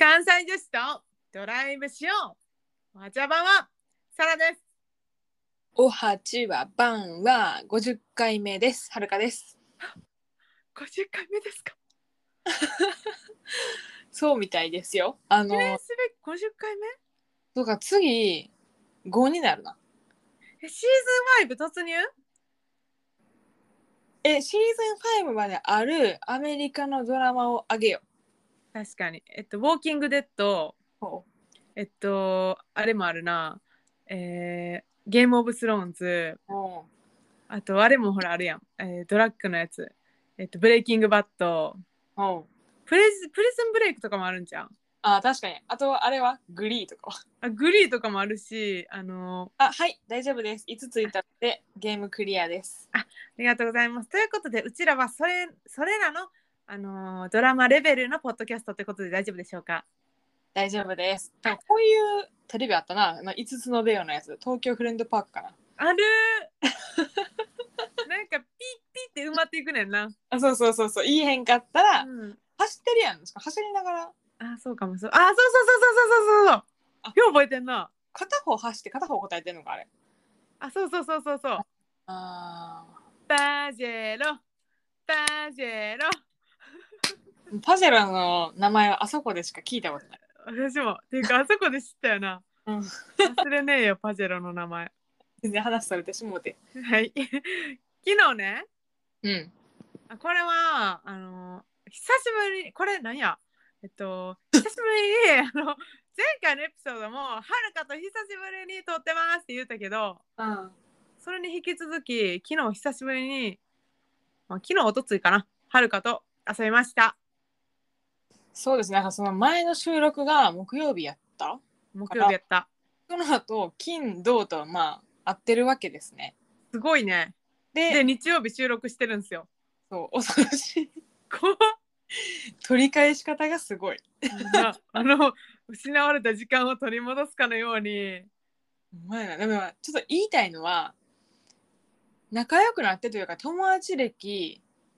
関西女子とドライブしよう。おはちゃばんはサラです。 おはちはばんは50回目です。はるかです。 50回目ですか？ そうみたいですよ。 記念すべき50回目？ そうか、次5になるな。 シーズン5突入？ シーズン5まであるアメリカのドラマをあげよ確かに。ウォーキングデッド、 う。 あれもあるな。ゲームオブスローンズ、あとあれもほらあるやん。ドラッグのやつ。ブレイキングバット、プリズンブレイクとかもあるんじゃん。 確かに。あとあれはグリーとかは。 グリーとかもあるし、 はい、大丈夫です。5ついたってゲームクリアです。 ありがとうございます。ということで、うちらはそれらの、ドラマレベルのポッドキャストということで大丈夫でしょうか？ 大丈夫です。なんかこういうテレビあったな。5つのベオのやつ。東京フレンドパークかな。 あるなんかピッピッって埋まっていくねんな。 そう。言いへんかったら、 うん。 走ってるやん。走りながら。 そうかも。そうそう。よう覚えてんな。 片方走って片方答えてんのかあれ。 そう。 あパジェロ、パジェロ。 パジェロの名前はあそこでしか聞いたことない。 私も。っていうか、あそこで知ったよな。 うん、 忘れねえよ、パジェロの名前。 全然話されてしもうて。 はい。昨日ね、 うん。 これは、久しぶりに、これ何や、久しぶりに、前回のエピソードも、はるかと久しぶりに撮ってますって言ったけど、 うん。 それに引き続き、昨日久しぶりに、昨日おとついかな、はるかと遊びました。 そうですね。なんかその前の収録が木曜日やった木曜日やった。 その後、金、土と合ってるわけですね。 すごいね。で、日曜日収録してるんですよ。 そう、恐ろしい。 怖っ。 取り返し方がすごい。 失われた時間を取り戻すかのように。 でもちょっと言いたいのは、仲良くなってというか、友達歴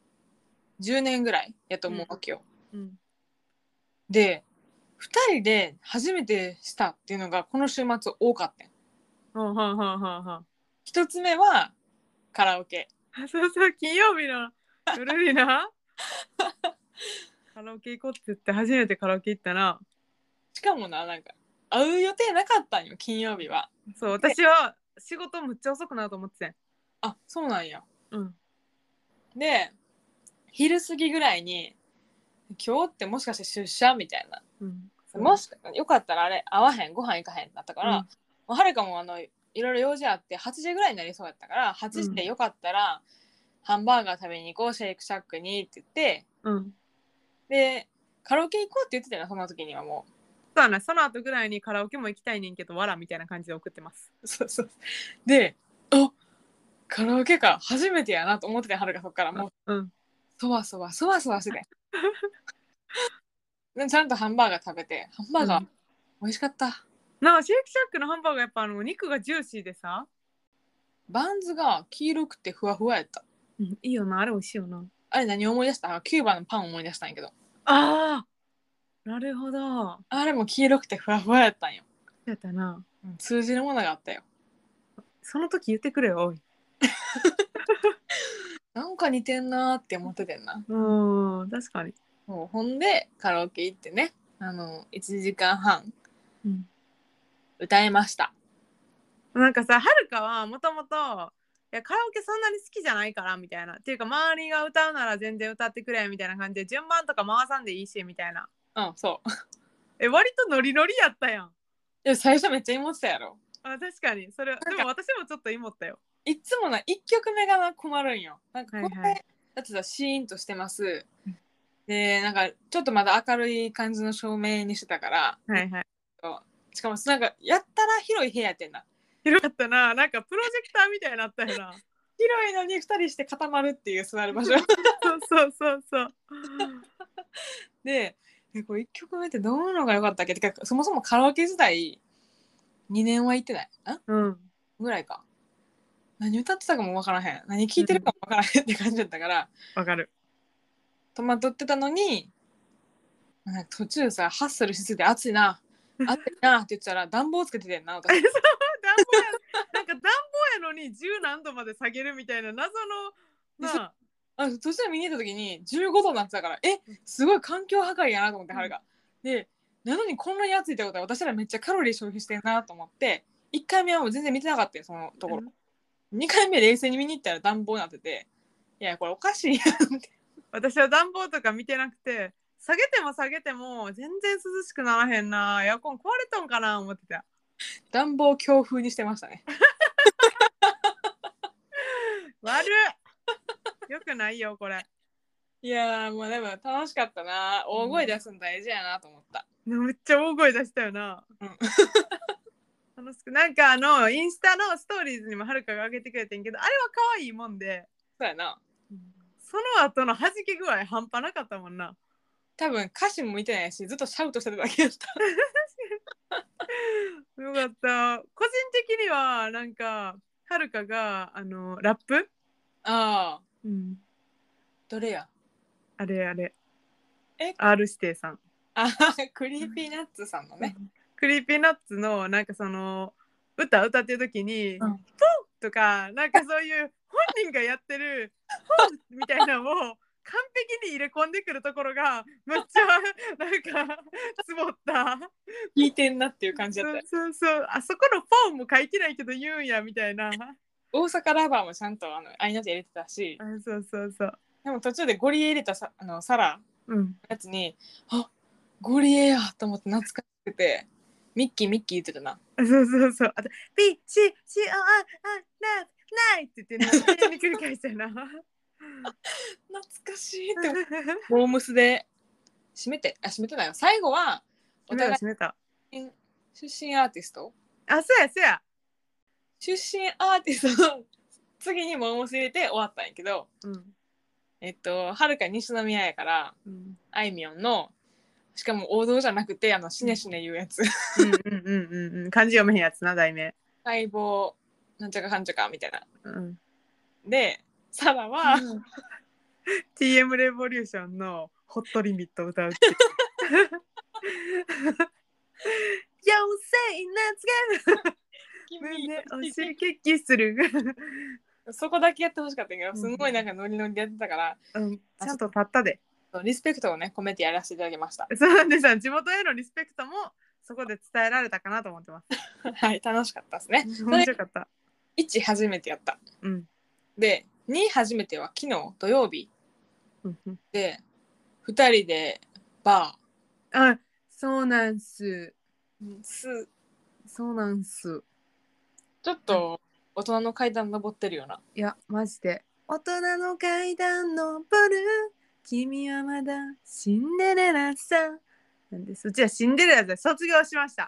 10年ぐらいやと思うわけよ。で、2人で初めてしたっていうのがこの週末多かったん。1つ目はカラオケ。 そう、金曜日の夜にな、カラオケ行こうって言って初めてカラオケ行ったな。 しかもなんか会う予定なかったんよ、金曜日は。 そう、私は仕事むっちゃ遅くなると思ってたん。 そうなんや。 うん。 で、昼過ぎぐらいに、今日ってもしかして出社みたいな。もしよかったらあれ会わへん、ご飯行かへんってなったから、はるかもいろいろ用事あって8時ぐらいになりそうやったから、8時でよかったら、ハンバーガー食べに行こう、シェイクシャックにって言って、でカラオケ行こうって言ってたよ、その時にはもう。 そうやな、その後ぐらいにカラオケも行きたいねんけど、わらみたいな感じで送ってます。 そうで、カラオケか、初めてやなと思ってて、はるかそっからもう、そわそわしててでちゃんとハンバーガー食べて、ハンバーガー、美味しかった。 シェイクシャックのハンバーガーやっぱ肉がジューシーでさ、 バンズが黄色くてふわふわやった。 いいよな、あれ美味しいよな。 あれ何思い出した？キューバのパン思い出したんやけど。 なるほど。 あれも黄色くてふわふわやったんよ。 やったな。 通じるものがあったよ。 その時言ってくれよ、おい。 なんか似てんなーって思っててんな。 確かに。 ほんでカラオケ行ってね、1時間半歌いました。 なんかさ、はるかはもともとカラオケそんなに好きじゃないからみたいな、っていうか周りが歌うなら全然歌ってくれみたいな感じで、順番とか回さんでいいしみたいな。 そう割とノリノリやったやん。 最初めっちゃ芋ってたやろ。 確かに。それでも私もちょっと芋ったよ。 いつも1曲目が困るんよ。なんかこれだってさ、シーンとしてます。で、なんかちょっとまだ明るい感じの照明にしてたから、しかもなんかやったら広い部屋やってんな。 広かったな。なんかプロジェクターみたいになったよな。 広いのに2人して固まるっていう座る場所。 そう。 で、これ1曲目ってどういうのが良かったっけってか、そもそもカラオケ自体2年は行ってないぐらいか。何歌ってたかも分からへん。何聴いてるかも分からへんって感じだったから。 わかる。 戸惑ってたのに、 なんか途中さハッスルしすぎて暑いな暑いなって言ってたら暖房つけててんな私。 そう、暖房や。なんか暖房やのに10何度まで下げるみたいな謎のなあ。 途中見に行った時に15度になってたから、すごい環境破壊やなと思って、春が。で、なのにこんなに暑いってことは私らめっちゃカロリー消費してるなと思って、1回目はもう全然見てなかったよ、そのところ。2回目冷静に見に行ったら暖房になってて、いや、これおかしいやんって。 私は暖房とか見てなくて、下げても下げても全然涼しくならへんな。エアコン壊れとんかな思ってた。 暖房強風にしてましたね。 悪っ。よくないよ、これ。 いやー、もうでも楽しかったな。大声出すの大事やなと思った。 めっちゃ大声出したよな。楽しく。なんかインスタのストーリーズにもはるかが上げてくれてんけど、あれは可愛いもんで。 そうやな。 その後の弾け具合半端なかったもんな。 多分歌詞も見てないし、ずっとシャウトしてただけだった。 よかった。個人的にはなんかはるかがラップ、 ああ、 うん、 どれやあれR 指定さん、 クリーピーナッツさんのね。 クリーピーナッツのなんかその歌ってる時に、ポンとかなんかそういう本人がやってるポンみたいなのを完璧に入れ込んでくるところがめっちゃなんかつぼった聞いてんなっていう感じだった。 そうあそこのポンも書いてないけど言うんやみたいな。 大阪ラバーもちゃんとアイナチ入れてたし、 そうでも途中でゴリエ入れたサラのやつに、ゴリエやと思って懐かしくて、ミッキー言ってたな。 そうあと PCCOR ないって言って永遠に繰り返したよな。 懐かしいってモームスで締めてないよ。最後はお互い閉めた出身アーティストそうや出身アーティストの次にモームス入れて終わったんやけど、はるか西宮やから、あいみょんのしかも王道じゃなくてしねしね言うやつ漢字読めへんやつな、題名細胞なんちゃかかんちゃかみたいな、でサラは、 TM レボリューションのホットリミットを歌うって妖精夏が胸を刺激するそこだけやってほしかったけど、すごいなんかノリノリでやってたから、 ちゃんと立ったでリスペクトをね込めてやらせていただきました。 そうなんです。地元へのリスペクトもそこで伝えられたかなと思ってますはい、楽しかったですね。 面白かった。 1初めてやった、で2初めては昨日土曜日、で2人でバー。そうなんす。そうなんす。 ちょっと大人の階段登ってるよな。 いやマジで大人の階段登る君はまだシンデレラさなんです。うちはシンデレラで卒業しました。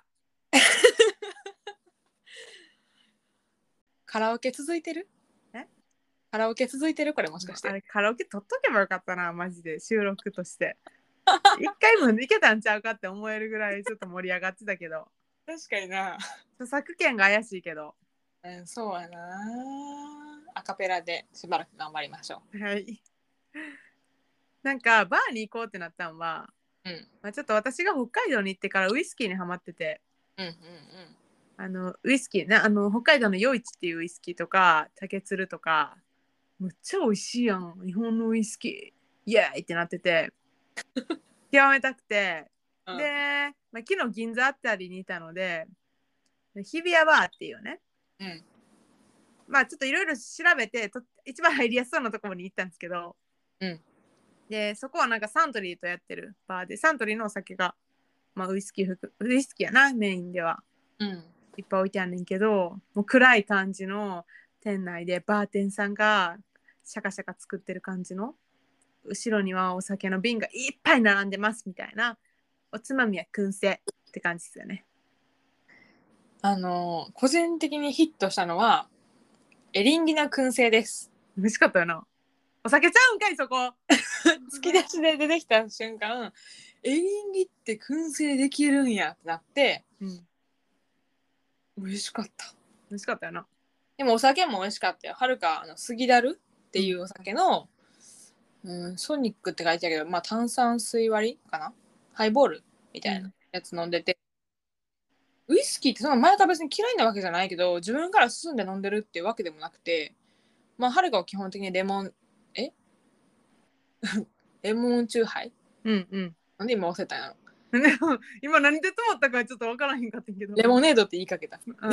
カラオケ続いてる？カラオケ続いてる？これもしかして。 あれカラオケ撮っとけばよかったな、マジで収録として一回もいけたんちゃうかって思えるぐらいちょっと盛り上がってたけど確かにな。 著作権が怪しいけど、 そうやな。アカペラでしばらく頑張りましょう。はい。なんかバーに行こうってなったんは、ちょっと私が北海道に行ってからウイスキーにハマってて、ウイスキーな北海道の余市っていうウイスキーとか竹鶴とかむっちゃ美味しいやん日本のウイスキーイエーイってなってて極めたくて、で、昨日銀座あたりにいたので日比谷バーっていうね、ちょっといろいろ調べて一番入りやすそうなところに行ったんですけど、でそこはなんかサントリーとやってるバーで、サントリーのお酒が、ウイスキーやなメインでは、いっぱい置いてあるんねんけど、もう暗い感じの店内でバーテンさんがシャカシャカ作ってる感じの、後ろにはお酒の瓶がいっぱい並んでますみたいな、おつまみは燻製って感じですよね。 個人的にヒットしたのはエリンギの燻製です。 美味しかったよな。お酒ちゃうんかいそこ突き出しで出てきた瞬間、エリンギって燻製できるんやってなって、美味しかった。 美味しかったよな。 でもお酒も美味しかったよ。はるか杉だるっていうお酒の、ソニックって書いてあるけど、炭酸水割りかなハイボールみたいなやつ飲んでて、ウイスキーってその前から別に嫌いなわけじゃないけど、自分から進んで飲んでるっていうわけでもなくて、まあはるかは基本的にレモンレモンチューハイ、 うんうん。 なんで今忘れたんやろ。 今何で止まったかちょっと分からへんかったけど。 レモネードって言いかけた。 うん。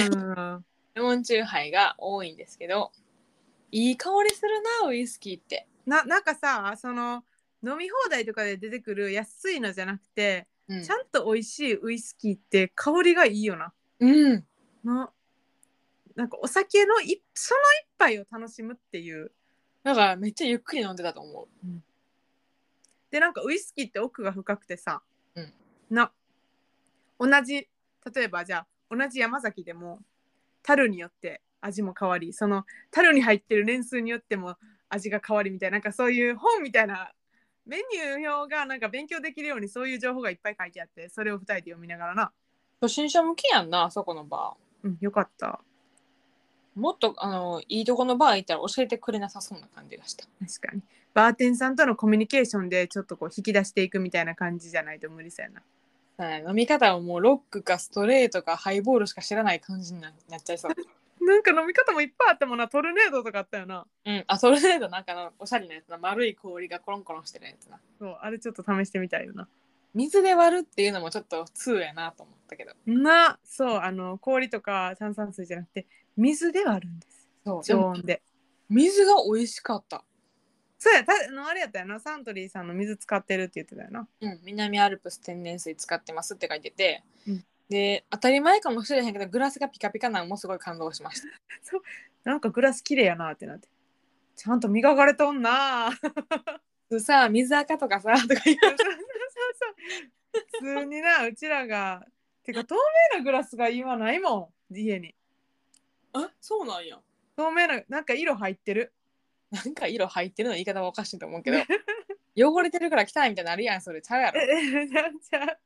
レモンチューハイが多いんですけど、いい香りするなウイスキーって。 なんかさ、その飲み放題とかで出てくる安いのじゃなくて、ちゃんと美味しいウイスキーって香りがいいよな。 うん。 なんかお酒のその一杯を楽しむっていう。 だからめっちゃゆっくり飲んでたと思う。 でなんかウイスキーって奥が深くてさ、 うん、 同じ例えばじゃあ同じ山崎でも樽によって味も変わり、その樽に入ってる年数によっても味が変わりみたいな、なんかそういう本みたいなメニュー表がなんか勉強できるようにそういう情報がいっぱい書いてあって、それを2人で読みながらな。 初心者向きやんな、そこのバー。よかった。 もっといいとこのバー行ったら教えてくれなさそうな感じがした。 確かにバーテンさんとのコミュニケーションでちょっとこう引き出していくみたいな感じじゃないと無理そうやな。 飲み方はもうロックかストレートかハイボールしか知らない感じになっちゃいそう。 なんか飲み方もいっぱいあったもんな。トルネードとかあったよな。 トルネードなんかおしゃれなやつな、丸い氷がコロンコロンしてるやつな。 そう、あれちょっと試してみたいよな。 水で割るっていうのもちょっと通やなと思ったけど。 そう、氷とか炭酸水じゃなくて水で割るんです。 そう、 常温で。 水が美味しかった。 そうや、あれやったよな。サントリーさんの水使ってるって言ってたよな。 南アルプス天然水使ってますって書いてて、 うんで当たり前かもしれへんけどグラスがピカピカなのもすごい感動しました。 そう、なんかグラス綺麗やなってなって。ちゃんと磨かれとんな。 さ、水垢とかさとか言う。 そう普通にな、うちらが。てか透明なグラスが今ないもん、家に。 そうなんや。 透明な、なんか色入ってる。 なんか色入ってるの言い方はおかしいと思うけど汚れてるから汚いみたいなのあるやん、それちゃうやろ。 じゃ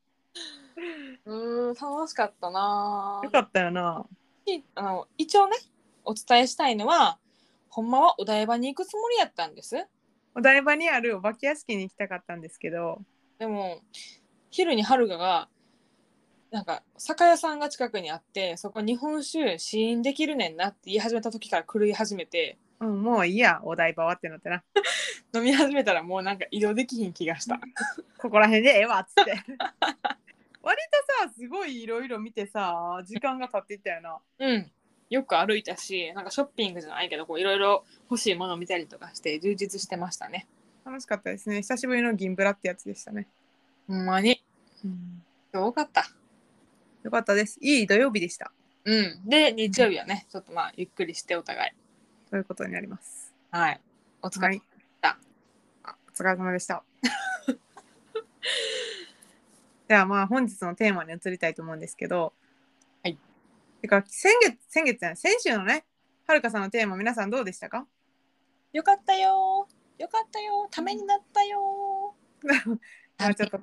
楽しかったな。 よかったよな。 一応ねお伝えしたいのは、ほんまはお台場に行くつもりやったんです。 お台場にあるお化け屋敷に行きたかったんですけど、 でも昼にはるかがなんか酒屋さんが近くにあって、そこ日本酒試飲できるねんなって言い始めた時から狂い始めて、 もういいや、お台場はってなってな。 飲み始めたらもうなんか移動できひん気がした。 ここら辺でええわっつって。割とさ、すごいいろいろ見てさ、時間が経っていったよな。 よく歩いたし、なんかショッピングじゃないけどいろいろ欲しいものを見たりとかして充実してましたね。 楽しかったですね。久しぶりの銀ブラってやつでしたね。 ほんまに。よかった。 よかったです。いい土曜日でした。 で、日曜日はね、ちょっとゆっくりしてお互い。 ということになります。 はい。お疲れ様でした。 お疲れ様でした。では本日のテーマに移りたいと思うんですけど、 はい。 てか先週のね、はるかさんのテーマ、皆さんどうでしたか？ よかったよ。よかったよ。ためになったよ。 ちょっと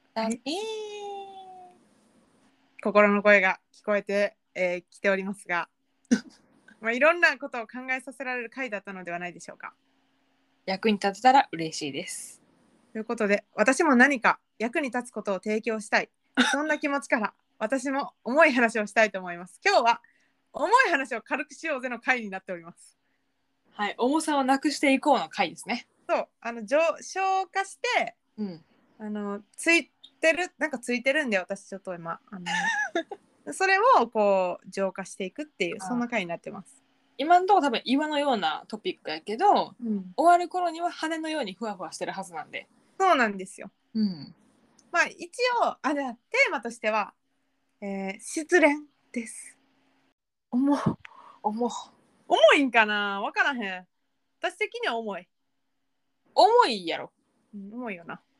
はい心の声が聞こえてきておりますがいろんなことを考えさせられる回だったのではないでしょうか。 役に立てたら嬉しいです。 ということで、私も何か役に立つことを提供したい、そんな気持ちから私も重い話をしたいと思います。今日は重い話を軽くしようぜの回になっております。 はい、重さをなくしていこうの回ですね。 そう、消化して、ついてる、なんかついてるんで、私ちょっと今それをこう浄化していくっていう、そんな回になってます。 今のところ多分岩のようなトピックやけど、終わる頃には羽のようにふわふわしてるはずなんで。 そうなんですよ。一応テーマとしては、失恋です。重いんかな、分からへん。私的には重い。 重いやろ。 重いよな。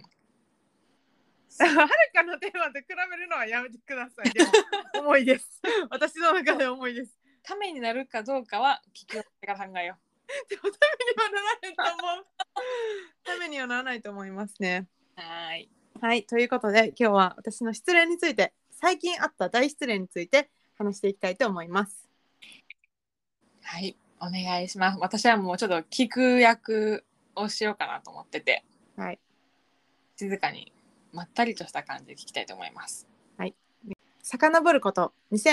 はるかのテーマと比べるのはやめてください。でも重いです。私の中で重いです。 ためになるかどうかは聞き終わってから考えよう。でもためにはならないと思う。ためにはならないと思いますね。はい、ということで今日は私の失恋について、最近あった大失恋について話していきたいと思います。 はい、お願いします。私はもうちょっと聞く役をしようかなと思ってて、 はい、 静かにまったりとした感じで聞きたいと思います。 遡ること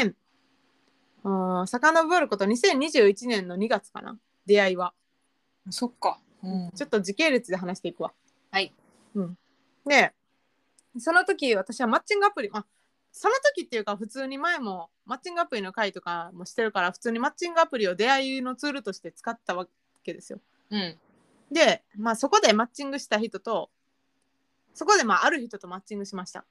2021年の2月かな、出会いは。 そっか、 ちょっと時系列で話していくわ。 はい。 で、その時私はマッチングアプリ、その時っていうか普通に前もマッチングアプリの会とかもしてるから、普通にマッチングアプリを出会いのツールとして使ったわけですよ。で、そこでマッチングした人と、そこである人とマッチングしました。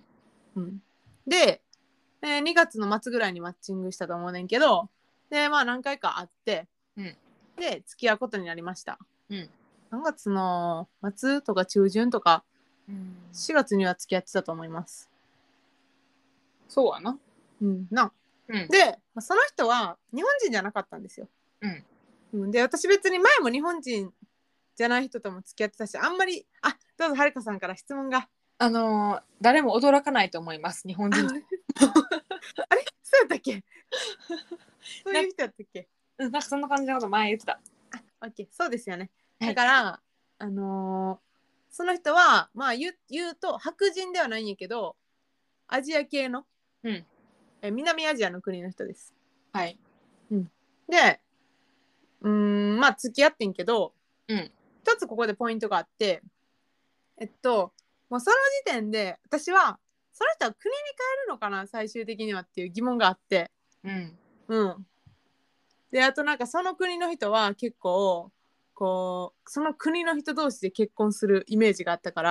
で、2月の末ぐらいにマッチングしたと思うねんけど、で何回か会って、で付き合うことになりました。何月の末とか中旬とか、4月には付き合ってたと思います。 そうやな。 で、その人は日本人じゃなかったんですよ。で、私別に前も日本人じゃない人とも付き合ってたし、あんまり、どうぞはるかさんから質問が。 誰も驚かないと思います、日本人。 あれ、そうやったっけ？そういう人やったっけ？ なんかそんな感じのこと前言ってた。 オッケー、そうですよね。だから、その人は言うと白人ではないんやけど、アジア系の、南アジアの国の人です。 はい。 で、付き合ってんけど、一つここでポイントがあって、もうその時点で私はその人は国に帰るのかな最終的にはっていう疑問があって、で、あとなんかその国の人は結構こうその国の人同士で結婚するイメージがあったから、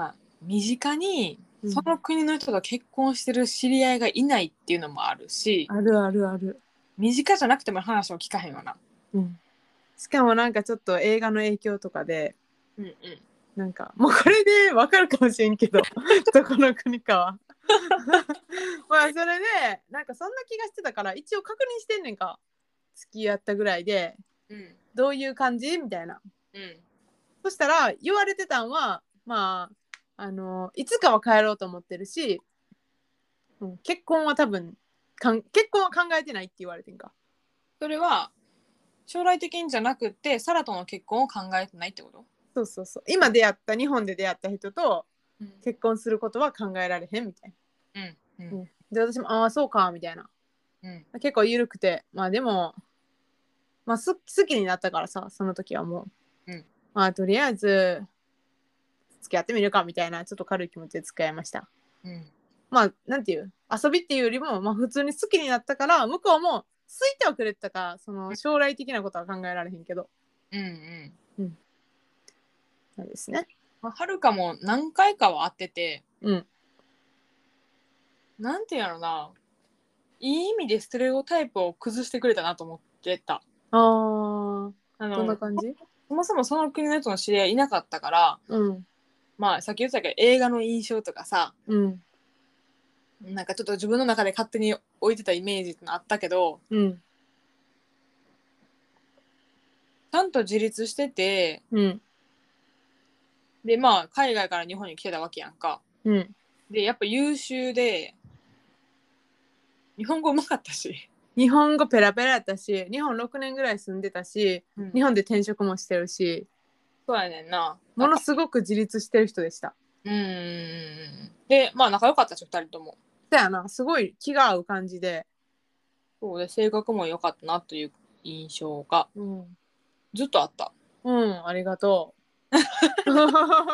身近にその国の人が結婚してる知り合いがいないっていうのもあるし、 あるあるある。 身近じゃなくても話を聞かへんよな。 しかもなんかちょっと映画の影響とかで、なんかもうこれでわかるかもしれんけどどこの国かはそれでなんかそんな気がしてたから一応確認してんねんか、付き合ったぐらいで、どういう感じみたいな、そしたら言われてたんはいつかは帰ろうと思ってるし、結婚は多分結婚は考えてないって言われてんか。 それは将来的にじゃなくてサラとの結婚を考えてないってこと？ そう今日本で出会った人と結婚することは考えられへんみたいな、で私もそうかみたいな、結構緩くて、でも好きになったからさ、その時はもう、とりあえず付き合ってみるかみたいなちょっと軽い気持ちで付き合いました。なんていう遊びっていうよりも、普通に好きになったから向こうも好いてはくれてたから、その将来的なことは考えられへんけど、なんですね。 はるかも何回かは会ってて、なんていうのな、いい意味でステレオタイプを崩してくれたなと思ってた。 どんな感じ？ そもそもその国の人の知り合いいなかったから、さっき言ってたけど映画の印象とかさ、なんかちょっと自分の中で勝手に置いてたイメージってのあったけど、ちゃんと自立してて、で海外から日本に来てたわけやんか、でやっぱ優秀で日本語うまかったし、 日本語ペラペラやったし、日本6年ぐらい住んでたし、日本で転職もしてるし、 そうやねんな、 ものすごく自立してる人でした。 で仲良かったし2人とも。 だよな、すごい気が合う感じで、 そうで性格も良かったなという印象が、ずっとあった。 ありがとう。 失恋の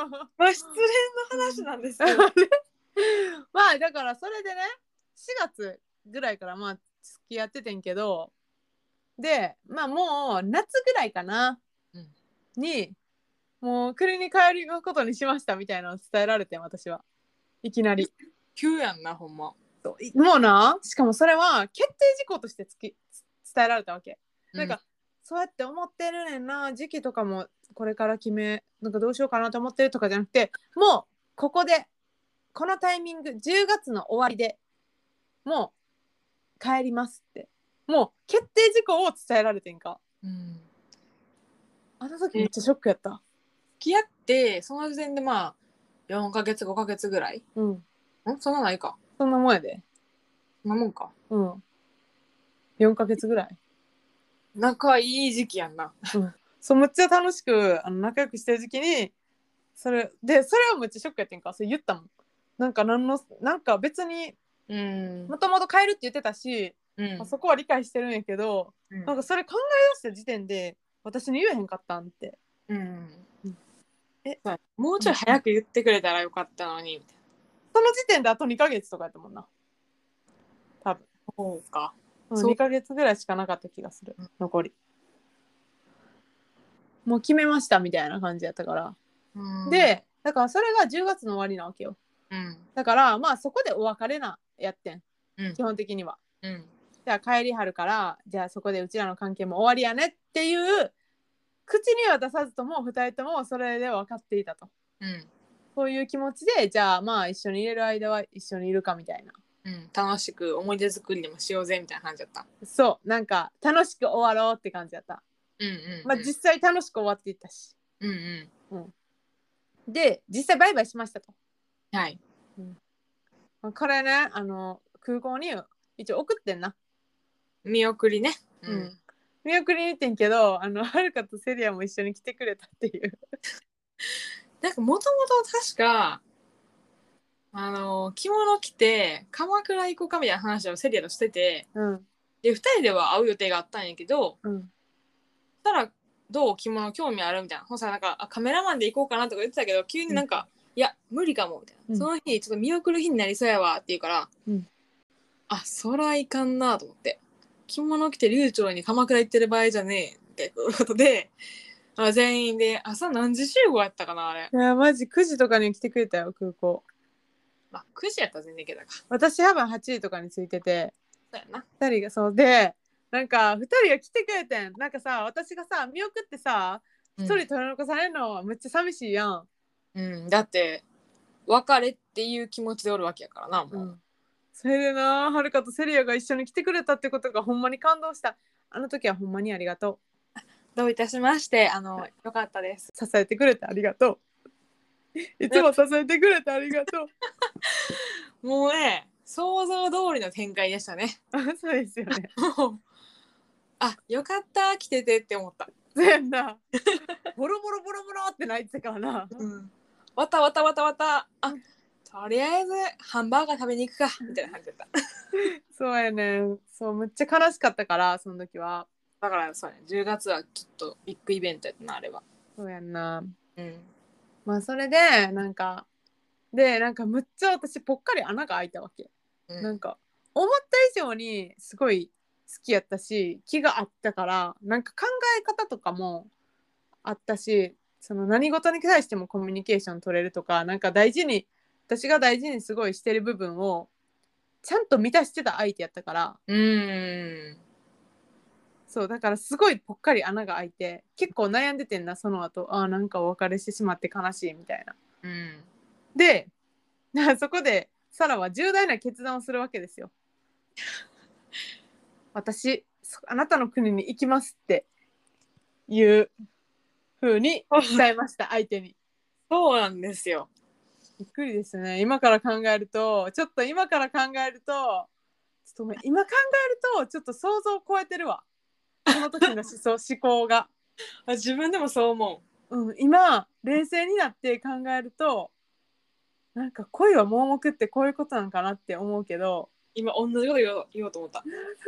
話なんですけどだからそれでね、4月ぐらいから付き合っててんけど、でもう夏ぐらいかな、にもう国に帰ることにしましたみたいなのを伝えられて、私はいきなり急やんな、ほんま。 もうな、しかもそれは決定事項として伝えられたわけ。なんかそうやって思ってるねんな、時期とかもこれからなんかどうしようかなと思ってるとかじゃなくて、もうここでこのタイミング10月の終わりでもう帰りますって、もう決定事項を伝えられてんか。あの時めっちゃショックやった。 付き合ってその時点で4ヶ月5ヶ月ぐらい、そんなないか、 そんなもんやで。 そんなもんか。 4ヶ月ぐらい。 仲いい時期やんな。 そう、むっちゃ楽しく仲良くしてる時期にそれはめっちゃショックやってんか。それ言ったもん。なんか別にもともと変えるって言ってたし、そこは理解してるんやけど、なんかそれ考え出した時点で私に言えへんかったんって。 もうちょい早く言ってくれたらよかったのにみたいな。 その時点であと2ヶ月とかやったもんな。多分。 そうか。 2ヶ月ぐらいしかなかった気がする。残り。もう決めましたみたいな感じやったから。で、だからそれが10月の終わりなわけよ。だからまあそこでお別れやってん。基本的には。じゃあ帰りはるから、じゃあそこでうちらの関係も終わりやねっていう口には出さずとも2人ともそれで分かっていたと。そういう気持ちで、じゃあまあ一緒にいれる間は一緒にいるかみたいな。 楽しく思い出作りでもしようぜみたいな感じだった。 そう、なんか楽しく終わろうって感じだった。まあ実際楽しく終わっていったし。で、実際バイバイしましたと。 はい。 これね、空港に一応送ってんな。 見送りね。 見送りに行ってんけど、はるかとセリアも一緒に来てくれたっていう。 なんかもともと確か着物着て鎌倉行こうかみたいな話をセリアとしてて、で2人では会う予定があったんやけど、そしたらどう着物興味あるみたいな、そしたらなんかカメラマンで行こうかなとか言ってたけど、急になんか、いや無理かもみたいな、その日ちょっと見送る日になりそうやわって言うから、そらいかんなと思って、着物着て流暢に鎌倉行ってる場合じゃねえってことで、全員で朝何時集合やったかなあれ。 いやマジ9時とかに来てくれたよ空港。 9時やったら全然いけたか。 私多分8時とかに着いてて、 そうやな。 2人がそうで、なんか2人が来てくれてん。なんかさ、私がさ見送ってさ1人取り残されるのはめっちゃ寂しいやん。 だって別れっていう気持ちでおるわけやからな、もう。 それでな、はるかとセリアが一緒に来てくれたってことがほんまに感動した。あの時はほんまにありがとう。どういたしまして。よかったです。 支えてくれてありがとう。いつも支えてくれてありがとう。もうね、想像通りの展開でしたね。 そうですよね。 よかった来ててって思った。 そうやんな。ボロボロボロボロって泣いてたからな。 わたわたわたわた。とりあえずハンバーガー食べに行くかみたいな感じだった。 そうやね。そうめっちゃ悲しかったからその時は。 だからそうやね、10月はきっとビッグイベントやったなあれは。 そうやんな。まあそれでなんかむっちゃ私ぽっかり穴が開いたわけ。なんか思った以上にすごい好きやったし気があったから、なんか考え方とかもあったし、その何事に対してもコミュニケーション取れるとか、なんか私が大事にすごいしてる部分をちゃんと満たしてた相手やったから、そうだからすごいぽっかり穴が開いて結構悩んでてんな、その後。なんかお別れしてしまって悲しいみたいな。でそこでサラは重大な決断をするわけですよ。私あなたの国に行きますっていう風に伝えました相手に。 そうなんですよ。 びっくりですね。今から考えるとちょっと今考えるとちょっと想像を超えてるわ、その時の思考が。 自分でもそう思う。今冷静になって考えるとなんか恋は盲目ってこういうことなんかなって思うけど、 今同じこと言おうと思った。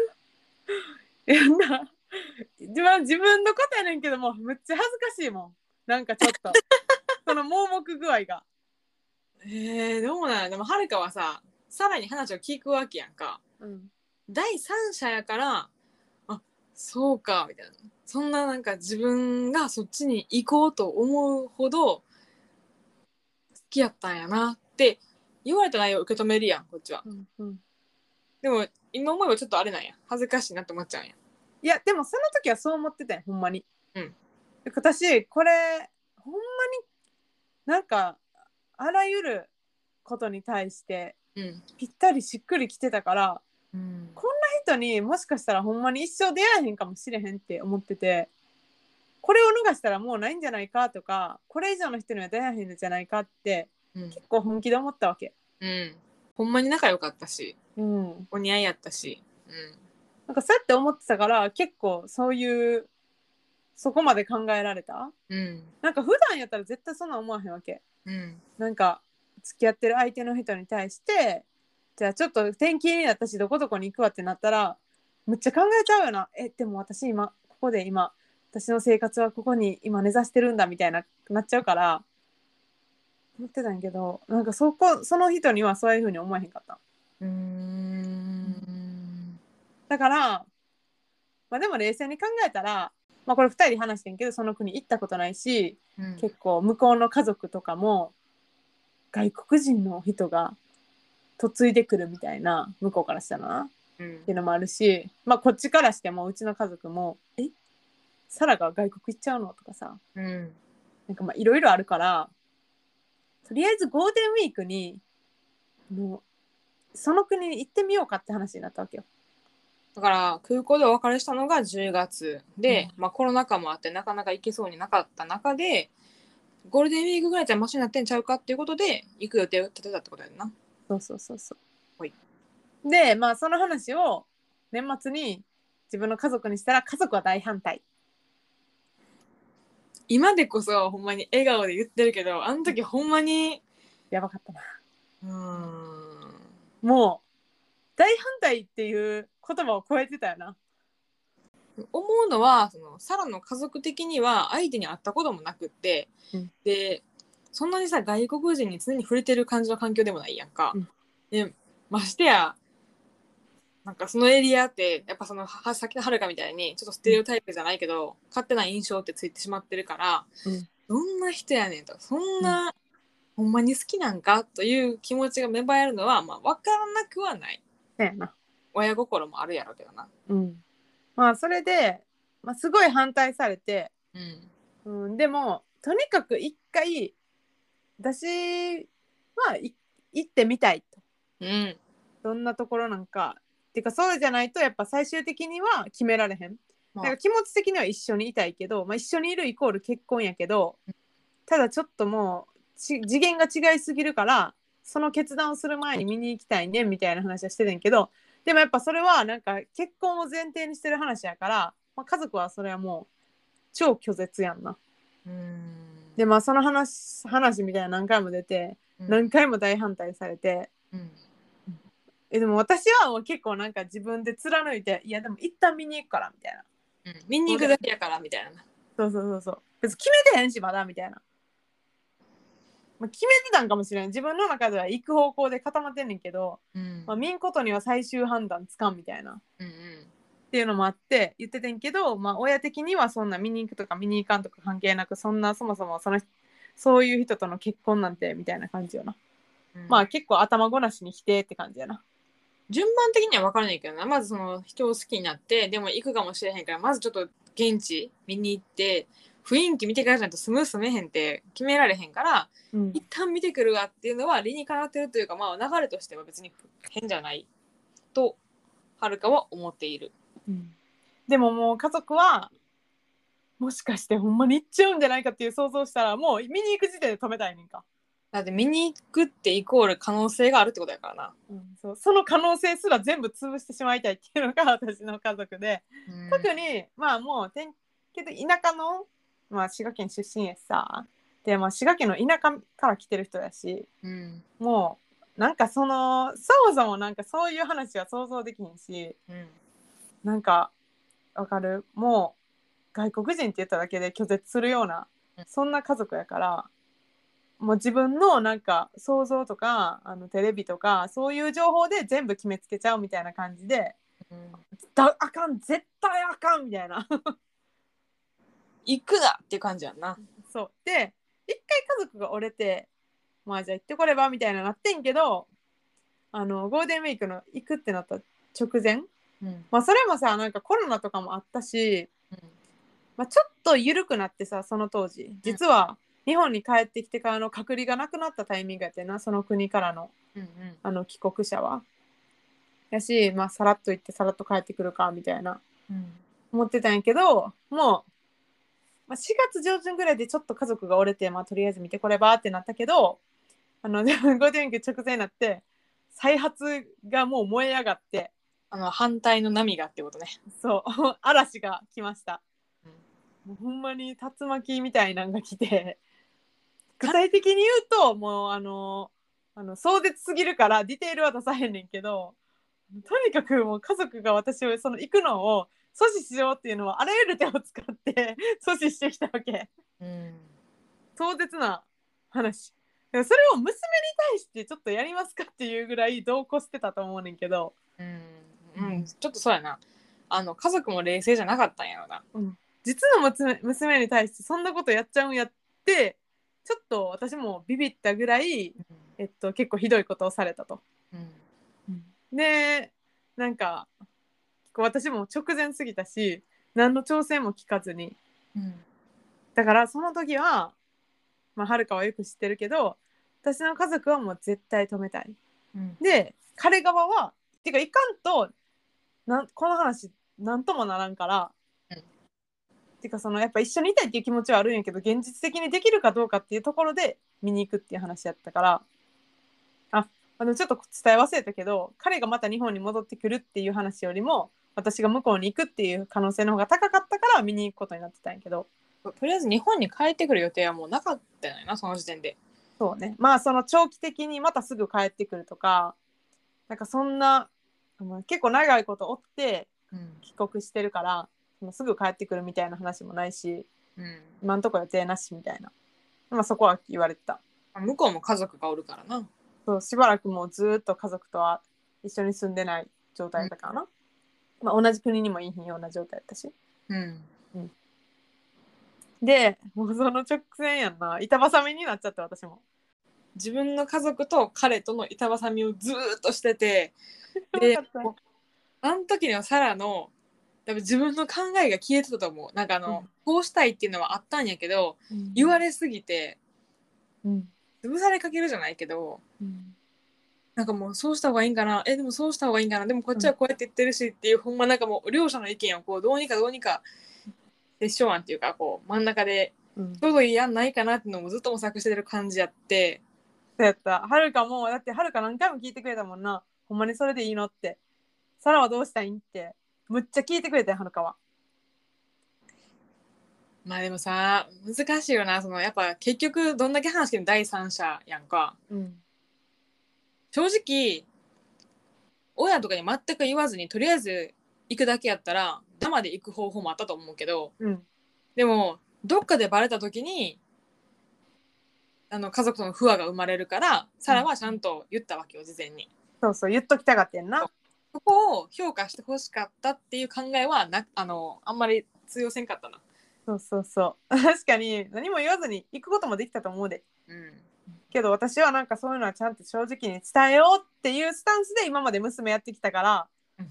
自分のことやねんけどもめっちゃ恥ずかしいもん。なんかちょっとその盲目具合が。 どうなんや。でもはるかはさらに話を聞くわけやんか。第三者やからそうかみたいな、そんななんか自分がそっちに行こうと思うほど好きやったんやなって言われた内容を受け止めるやんこっちは。でも今思えばちょっとあれなんや、恥ずかしいなって思っちゃうんや。 いやでもその時はそう思ってたんほんまに。私これほんまになんかあらゆることに対してぴったりしっくりきてたから、こんな人にもしかしたらほんまに一生出会えへんかもしれへんって思ってて、これを逃したらもうないんじゃないかとか、これ以上の人には出会えへんのじゃないかって、結構本気で思ったわけ。 ほんまに仲良かったし、お似合いやったし、 なんかそうやって思ってたから結構そういうそこまで考えられた？ うん。 なんか普段やったら絶対そんな思わへんわけ。 うん。 なんか付き合ってる相手の人に対して、じゃあちょっと転勤になったしどこどこに行くわってなったらむっちゃ考えちゃうよな。でも私今ここで今私の生活はここに今根ざしてるんだみたいななっちゃうから思ってたんやけど、なんかその人にはそういう風に思えへんかった。だから、まあ、でも冷静に考えたら、まあ、これ2人で話してんけどその国行ったことないし、 うん。 結構向こうの家族とかも外国人の人が嫁いでくるみたいな、向こうからしたらな、 うん。 っていうのもあるし、まあこっちからしてもうちの家族もサラが外国行っちゃうのとかさ、 うん。 なんかまあいろいろあるから、とりあえずゴールデンウィークにもうその国に行ってみようかって話になったわけよ。 だから空港でお別れしたのが10月で、まあ、コロナ禍もあってなかなか行けそうになかった中でゴールデンウィークぐらいじゃマシになってんちゃうかっていうことで行く予定を立てたってことやんな。 そうそうそうそう。 はい。 でまあその話を年末に自分の家族にしたら家族は大反対。 今でこそほんまに笑顔で言ってるけどあの時ほんまにやばかったな。 うーんもう大反対っていう言葉を超えてたよな。 思うのはそのサラの家族的には相手に会ったこともなくって、 うん、 でそんなにさ外国人に常に触れてる感じの環境でもないやんか、 うん、 でましてやなんかそのエリアってやっぱそのさっきのはるかみたいにちょっとステレオタイプじゃないけど、勝手な印象ってついてしまってるから、 うん、 どんな人やねんとそんうん、 な、ほんまに好きなんかという気持ちが芽生えるのはまあ分からなくはない。 そうやな。 親心もあるやろうけどな。 うん。まあそれで、まあ、すごい反対されて、 うん。 うん、でもとにかく一回私は行ってみたいと。 うん。 どんなところなんか。っていうかそうじゃないとやっぱ最終的には決められへん。 まあ、 なんか気持ち的には一緒にいたいけど、まあ、一緒にいるイコール結婚やけど、ただちょっともう次元が違いすぎるからその決断をする前に見に行きたいねみたいな話はしてるんけど、でもやっぱそれはなんか結婚を前提にしてる話やから、まあ、家族はそれはもう超拒絶やんな。 うん。 でまあその話みたいな何回も出て、何回も大反対されて、 うん。 でも私はもう結構なんか自分で貫いて、いやでも一旦見に行くからみたいな。 うん、見に行くだけやからみたいな。 そうそうそうそう。別に決めてへんしまだみたいな。まあ、決めてたんかもしれん。自分の中では行く方向で固まってんねんけど、 うん。 まあ、見んことには最終判断つかんみたいな。っうんうん。 ていうのもあって言っててんけど、まあ親的にはそんな見に行くとか見に行かんとか関係なく、そんなそもそもそういう人との結婚なんてみたいな感じよな。 うん、 まあ結構頭ごなしに否定って感じやな。 順番的には分からないけどな。まずその人を好きになってでも行くかもしれへんからまずちょっと現地見に行って雰囲気見てからじゃないとスムースめへんって決められへんから、 うん、 一旦見てくるわっていうのは理にかなってるというか、まあ流れとしては別に変じゃないとはるかは思っている。 うん、でももう家族はもしかしてほんまに行っちゃうんじゃないかっていう想像したらもう見に行く時点で止めたいねんか。 だって見に行くってイコール可能性があるってことやからな。 その可能性すら全部潰してしまいたいっていうのが私の家族で、特にまあもうけど田舎の、まあ、滋賀県出身やしさ、で、まあ、滋賀県の田舎から来てる人やし、もうなんかそもそもなんかそういう話は想像できへんし、なんかわかる、もう外国人って言っただけで拒絶するようなそんな家族やから、もう自分のなんか想像とかテレビとかそういう情報で全部決めつけちゃうみたいな感じで、あかん絶対あかんみたいな行くなっていう感じやんな。 そうで一回家族が折れて、まあじゃあ行ってこればみたいななってんけど、ゴールデンウィークの行くってなった直前、まあそれもさなんかコロナとかもあったし、まあ、ちょっと緩くなってさ、その当時実は日本に帰ってきてからの隔離がなくなったタイミングやってな、その国からの、帰国者はやし、まあさらっと行ってさらっと帰ってくるかみたいな、思ってたんやけど、もう、まあ、4月上旬ぐらいでちょっと家族が折れて、まあ、とりあえず見てこればってなったけど、ゴールデンウィーク直前になって再発がもう燃え上がって、 反対の波がってことね。 そう嵐が来ました。 もうほんまに竜巻みたいなんが来て、具体的に言うともう壮絶すぎるからディテールは出さへんねんけど、とにかくもう家族が私をその行くのを阻止しようっていうのはあらゆる手を使って阻止してきたわけ。 うん、 壮絶な話。それを娘に対してちょっとやりますかっていうぐらい度を越してたと思うねんけど、 ちょっとそうやな。家族も冷静じゃなかったんやろな。 実の娘に対してそんなことやっちゃうんやって、ちょっと私もビビったぐらい、結構ひどいことをされたと。で、なんか私も直前すぎたし、何の調整も聞かずに、だからその時は、はるかはよく知ってるけど、私の家族はもう絶対止めたい。で、彼側は、てかいかんとこの話なんともならんから、てかやっぱ一緒にいたいっていう気持ちはあるんやけど、現実的にできるかどうかっていうところで見に行くっていう話やったから、ちょっと伝え忘れたけど、彼がまた日本に戻ってくるっていう話よりも私が向こうに行くっていう可能性の方が高かったから見に行くことになってたんやけど、 とりあえず日本に帰ってくる予定はもうなかったよな、その時点で。 そうね、その長期的にまたすぐ帰ってくるとか、なんかそんな結構長いことおって帰国してるから、すぐ帰ってくるみたいな話もないし、今んとこ予定なしみたいな、そこは言われてた。 向こうも家族がおるからな。 そう、しばらくもうずっと家族とは一緒に住んでない状態だからな、同じ国にもいいひんような状態だったし、でもうその直前やんな、板挟みになっちゃって、私も自分の家族と彼との板挟みをずっとしててであの時のサラの多分自分の考えが消えてたと思う。なんかこうしたいっていうのはあったんやけど、言われすぎて潰されかけるじゃないけど、なんかもうそうした方がいいんかな、でもそうした方がいいんかな、でもこっちはこうやって言ってるしっていう、ほんまなんかもう両者の意見をこうどうにか折衝案っていうかこう真ん中でちょうどいい案ないかなっていうのもずっと模索してる感じやって。 そうやった。はるかもだって、はるか何回も聞いてくれたもんな、ほんまにそれでいいのって、サラはどうしたいんってむっちゃ聞いてくれたよ、はるかは。 でもさ、難しいよな。やっぱ結局どんだけ話しても第三者やんか。正直親とかに全く言わずにとりあえず行くだけやったら生で行く方法もあったと思うけど、でもどっかでバレた時に家族との不和が生まれるからサラはちゃんと言ったわけよ、事前に。 そうそう、言っときたかってんな。 そこを評価してほしかったっていう考えはあんまり通用せんかったな。 そうそうそう、確かに何も言わずに行くこともできたと思うで、けど私はなんかそういうのはちゃんと正直に伝えようっていうスタンスで今まで娘やってきたから、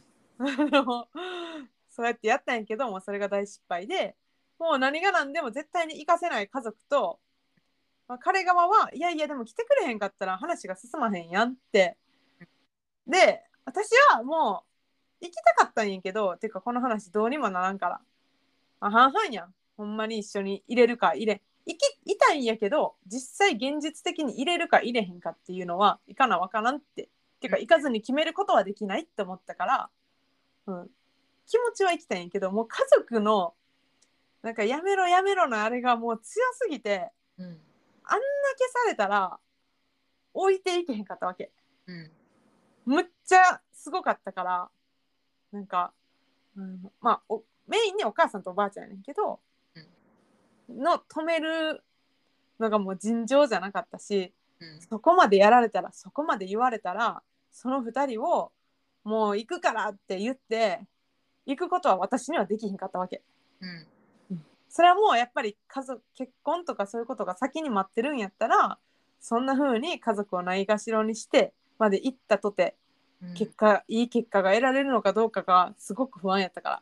そうやってやったんやけども、それが大失敗で、もう何が何でも絶対に行かせない家族と、彼側はいやいやでも来てくれへんかったら話が進まへんやんって。で私はもう行きたかったんやけど、てかこの話どうにもならんから、半々やん、ほんまに一緒に入れるかいたいんやけど、実際現実的に入れるか入れへんかっていうのは行かなわからんって、てか行かずに決めることはできないって思ったから、気持ちは行きたいんやけど、もう家族のなんかやめろやめろのあれがもう強すぎて、あんだけされたら置いていけへんかったわけ、むっちゃすごかったから、なんか、メインにお母さんとおばあちゃんやねんけど、の止めるのがもう尋常じゃなかったし、そこまでやられたら、そこまで言われたら、その2人をもう行くからって言って行くことは私にはできひんかったわけ、それはもうやっぱり結婚とかそういうことが先に待ってるんやったら、そんな風に家族をないがしろにしてまで行ったとて、いい結果が得られるのかどうかがすごく不安やったから、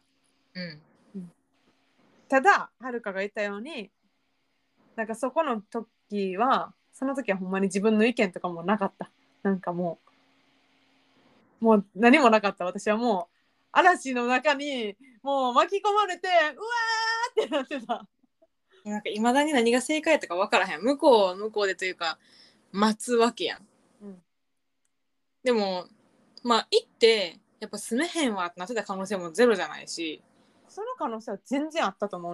ただはるかが言ったように、なんかその時はほんまに自分の意見とかもなかった。なんかもう何もなかった。私はもう嵐の中にもう巻き込まれて、うわーってなってた。 なんか未だに何が正解やったか分からへん。向こうでというか待つわけやん、でも行ってやっぱ住めへんわってなってた可能性もゼロじゃないし、 その可能性は全然あったと思うね。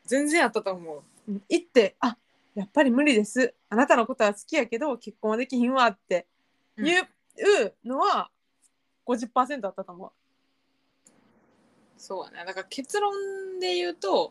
全然あったと思う。 行ってやっぱり無理です、あなたのことは好きやけど結婚はできひんわって言うのは 50% あったと思う。 そうやね。だから結論で言うと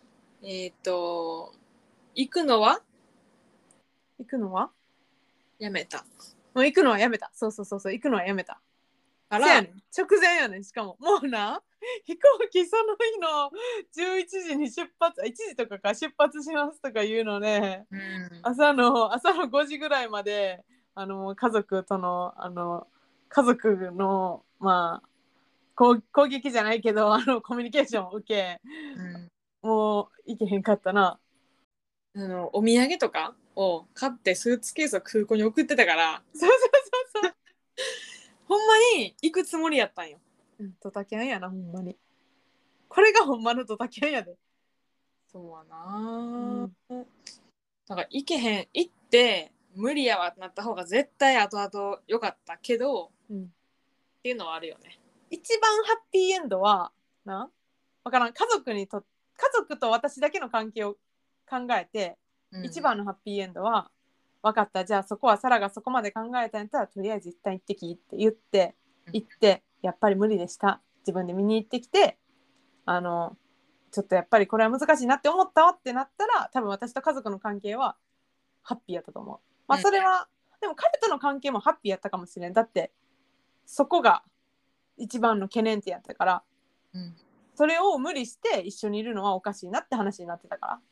行くのは行くのはやめたもう行くのはやめた。そう行くのはやめた。 から、 せやねん、直前やねん。しかももうな、飛行機その日の11時に出発、1時とかか出発しますとか言うので、朝の5時ぐらいまで家族との家族のまあ攻撃じゃないけどコミュニケーションを受け、もう行けへんかったな。 お土産とかを買ってスーツケースを空港に送ってたから、 そうほんまに行くつもりやったんよ。 ドタキャンやな、ほんまに。これがほんまのドタキャンやで。 そうやな、だから行けへん、行って無理やわってなった方が絶対後々良かったけど、っていうのはあるよね。 一番ハッピーエンドは分からん、家族と私だけの関係を考えて、一番のハッピーエンドは分かった、じゃあそこはサラがそこまで考えたんやったらとりあえず一旦行ってきって言って行って、やっぱり無理でした、自分で見に行ってきてちょっとやっぱりこれは難しいなって思ったわってなったら、多分私と家族の関係はハッピーやったと思う。まあそれは、でも彼との関係もハッピーやったかもしれん。だってそこが一番の懸念点やったから、それを無理して一緒にいるのはおかしいなって話になってたから。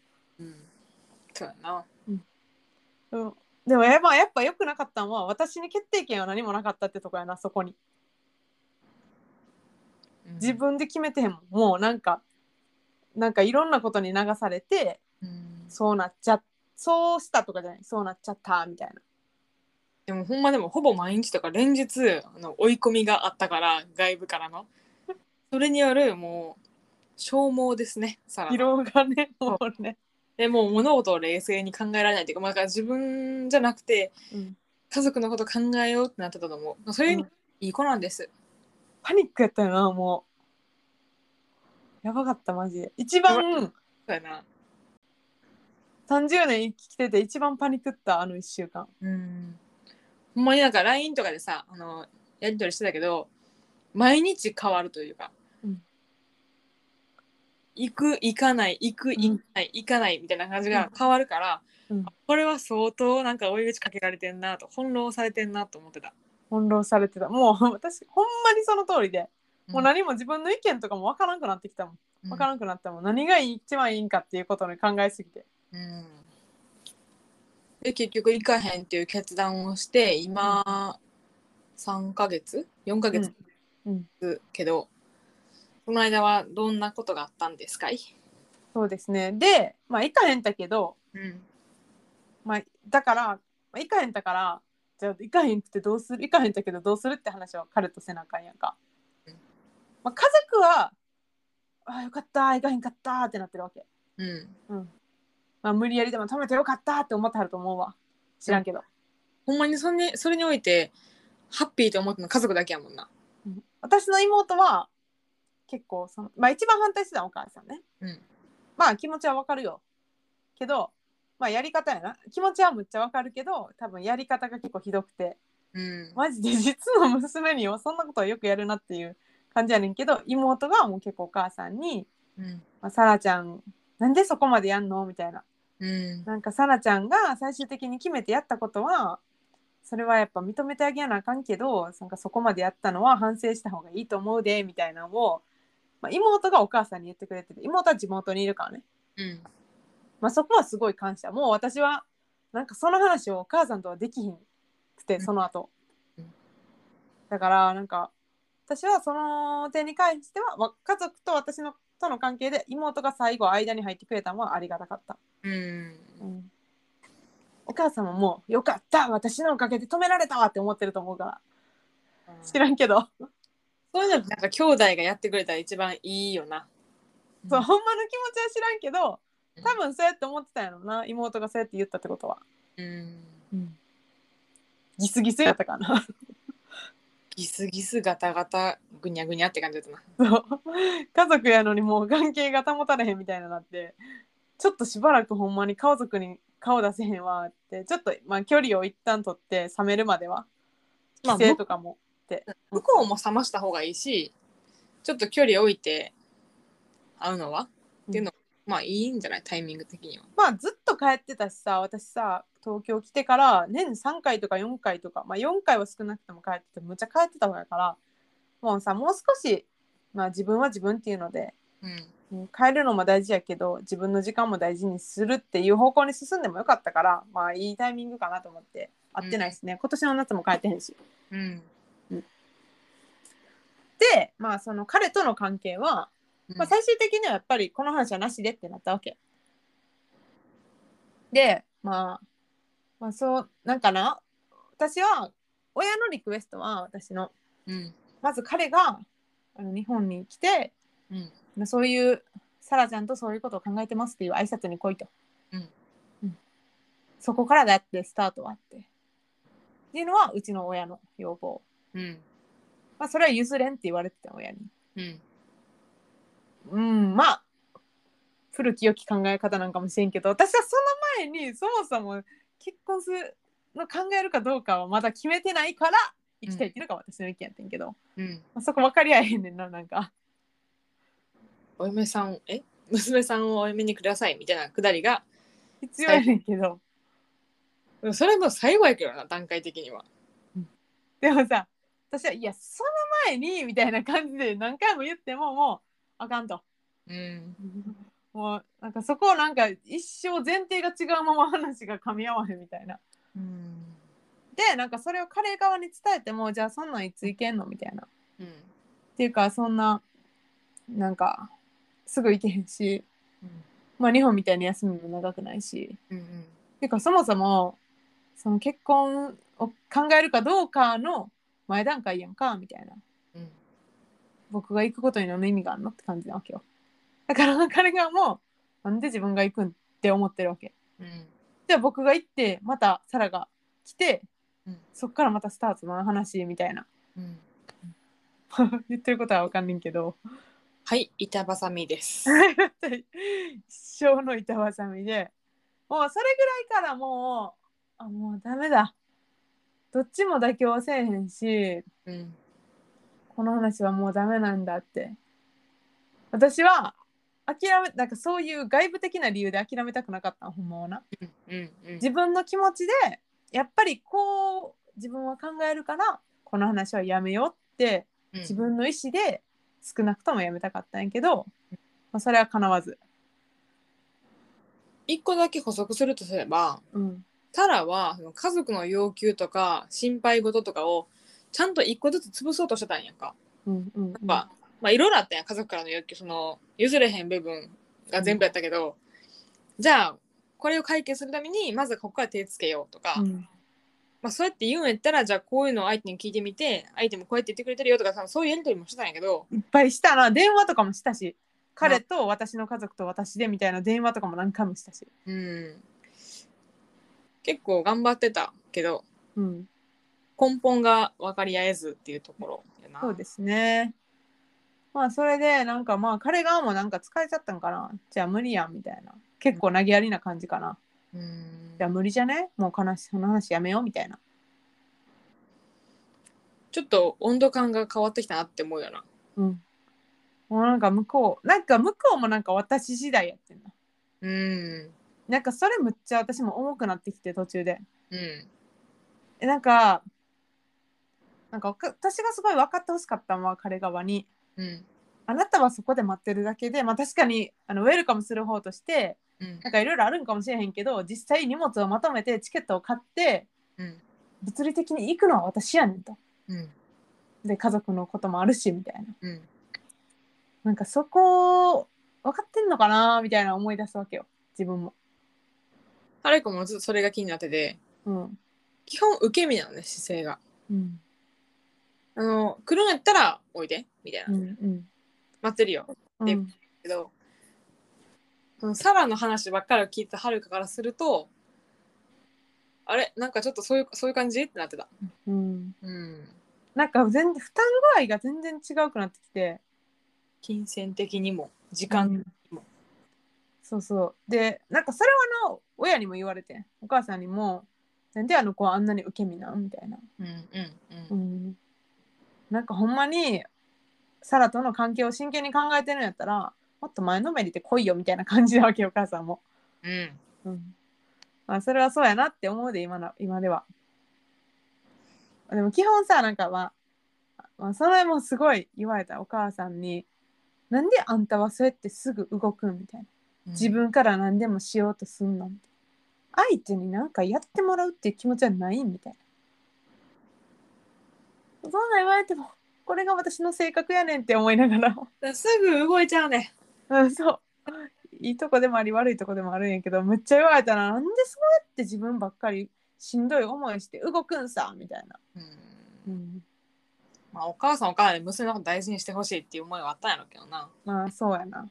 そうやな。 でもやっぱ良くなかったのは、私に決定権は何もなかったってとこやな、そこに。自分で決めてへんもん。もうなんかいろんなことに流されて、そうしたとかじゃない、そうなっちゃったみたいな。 でもほんま、でもほぼ毎日とか連日追い込みがあったから、外部からのそれによるもう消耗ですね、さら疲労がね、もうね。 でもう物事を冷静に考えられないっていうか、まあ、だから自分じゃなくて、家族のこと考えようってなってたと思う。それにいい子なんです。 パニックやったよな、もうやばかったマジで。一番そうやな、 30年生きてて一番パニックった1週間。 ほんまになんか LINE とかでさやり取りしてたけど、毎日変わるというか、行く行かない行く行かない、行かないみたいな感じが変わるから、これは相当なんか追い打ちかけられてんなと、翻弄されてんなと思ってた。 翻弄されてた。もう私ほんまにその通りで、もう何も自分の意見とかも分からんくなってきたもん。分からんくなったもん。何が一番いいんかっていうことに考えすぎて。 で結局行かへんっていう決断をして今、3ヶ月4ヶ月、けど、その間はどんなことがあったんですかい？ そうですね。で、まあ行かへんだけど、まあだから、行かへんだから、じゃあ行かへんってどうする？行かへんだけどどうするって話を彼とせなあかんやんか。まあ、家族はよかった行かへんかったってなってるわけ。まあ、無理やりでも止めてよかったって思ってはると思うわ。知らんけど。 ほんまにそれにおいてハッピーと思ったの家族だけやもんな。 私の妹は結構まあ一番反対してたお母さんね。まあ気持ちはわかるよ。けど、まあやり方やな。気持ちはむっちゃわかるけど、多分やり方が結構ひどくて、マジで実の娘にそんなことはよくやるなっていう感じやねんけど、妹がもう結構お母さんに、サラちゃんなんでそこまでやんのみたいな。なんかサラちゃんが最終的に決めてやったことは、それはやっぱ認めてあげなあかんけど、なんかそこまでやったのは反省した方がいいと思うでみたいなのを、まあ、妹がお母さんに言ってくれてて、妹は地元にいるからね、まあ、そこはすごい感謝。もう私はなんかその話をお母さんとはできひんくて、その後、だからなんか私はその点に関しては家族と私のとの関係で妹が最後間に入ってくれたのはありがたかった。お母さんももうよかった私のおかげで止められたわって思ってると思うから、知らんけどそういうのってなんか兄弟がやってくれたら一番いいよな。 そう、ほんまの気持ちは知らんけど、多分そうやって思ってたんやろな、妹がそうやって言ったってことは。ギスギスやったかなギスギスガタガタグニャグニャって感じだったな。 そう、家族やのにもう関係が保たれへんみたいななって、 ちょっとしばらくほんまに家族に顔出せへんわってちょっとまあ距離を一旦取って冷めるまでは規制とかもって、 向こうも冷ました方がいいしちょっと距離置いて会うのは、っていうのまあいいんじゃないタイミング的には。 まあずっと帰ってたしさ、私さ東京来てから年3回とか4回とか、まあ4回は少なくとも帰っててむっちゃ帰ってた方やから、もうさもう少し、まあ自分は自分っていうので、帰るのも大事やけど自分の時間も大事にするっていう方向に進んでもよかったから、まあいいタイミングかなと思って会ってないですね、今年の夏も帰ってへんし、でまあその彼との関係は、まあ、最終的にはやっぱりこの話はなしでってなったわけで、まあそうなんかな、私は親のリクエストは私の、まず彼が日本に来て、そういうサラちゃんとそういうことを考えてますっていう挨拶に来いと、そこからだってスタートはっていうのはうちの親の要望、まあそれは譲れんって言われてた親に、まあ古き良き考え方なんかもしれんけど、私はその前にそもそも結婚するの考えるかどうかはまだ決めてないから行きたいっていうのが私の意見やってんけど、まあ、そこ分かり合えへんねんな、なんかお嫁さん娘さんをお嫁にくださいみたいなくだりが必要やねんけど、 それも最後やけどな段階的には。 でもさ私はいやその前にみたいな感じで何回も言ってももうあかんと、もうなんかそこをなんか一生前提が違うまま話が噛み合わへんみたいな、でなんかそれを彼側に伝えてもじゃあそんなんいつ行けんのみたいな、っていうかそんななんかすぐ行けへんし、まあ日本みたいに休みも長くないし、っていうかそもそもその結婚を考えるかどうかの前段階やんかみたいな、僕が行くことに何の意味があるのって感じなわけよ。だから彼がもうなんで自分が行くんって思ってるわけ、じゃあ僕が行ってまたサラが来て、そっからまたスタートの話みたいな、言ってることは分かんねんけどはい板挟みです一生の板挟みで、もうそれぐらいからもうダメだ、どっちも妥協せえへんし、この話はもうダメなんだって、私はなんかそういう外部的な理由で諦めたくなかったのほんまはな、自分の気持ちでやっぱりこう自分は考えるからこの話はやめようって自分の意思で少なくともやめたかったんやけど、まあ、それは叶わず、 一個だけ補足するとすれば、タラはその家族の要求とか心配事とかをちゃんと一個ずつ潰そうとしてたんやんか。まあいろいろあったやん家族からの要求、その譲れへん部分が全部やったけど、じゃあこれを解決するためにまずここから手つけようとか、まあそうやって言うんやったらじゃあこういうのを相手に聞いてみて相手もこうやって言ってくれてるよとかさ、そういうやり取りもしてたんやけど、 いっぱいしたな、電話とかもしたし、彼と私の家族と私でみたいな電話とかも何回もしたし、 結構頑張ってたけど、根本が分かり合えずっていうところやな。 そうですね。まあそれでなんかまあ彼側もなんか疲れちゃったんかな、じゃあ無理やんみたいな、結構投げやりな感じかな、じゃあ無理じゃね、もうその話やめようみたいな、 ちょっと温度感が変わってきたなって思うよな。 もうなんか向こうもなんか私次第やってんな、なんかそれむっちゃ私も重くなってきて途中で、なんか私がすごい分かってほしかったのは彼側に、あなたはそこで待ってるだけで、まあ確かにウェルカムする方として、なんかいろいろあるんかもしれへんけど、実際荷物をまとめてチケットを買って、物理的に行くのは私やねんと、で家族のこともあるしみたいな、なんかそこ分かってんのかなみたいな思い出すわけよ自分も。 彼子もずっとそれが気になってて、基本受け身なのね姿勢が、来るんやったらおいでみたいな、待ってるよって言うけど、サラの話ばっかり聞いたはるかからすると、あれなんかちょっとそういう感じってなってた。 なんか全然負担具合が全然違うくなってきて、 金銭的にも時間的にも、 そうそうでなんかそれは親にも言われてお母さんにもなんであの子はあんなに受け身なんみたいな、なんかほんまにサラとの関係を真剣に考えてるんやったらもっと前のめりで来いよみたいな感じなわけよお母さんも、まあそれはそうやなって思うで今では。でも基本さなんかそれもすごい言われたお母さんになんであんたはそうやってすぐ動くんみたいな、自分から何でもしようとすんのみたいな、相手に何かやってもらうっていう気持ちはないみたいな、そんな言われてもこれが私の性格やねんって思いながらすぐ動いちゃうね。 そういいとこでもあり悪いとこでもあるんやけどめっちゃ言われたらなんでそうやって自分ばっかりしんどい思いして動くんさみたいな、 まあお母さんお母さんで娘のこと大事にしてほしいっていう思いはあったんやろうけどな。 まあそうやな。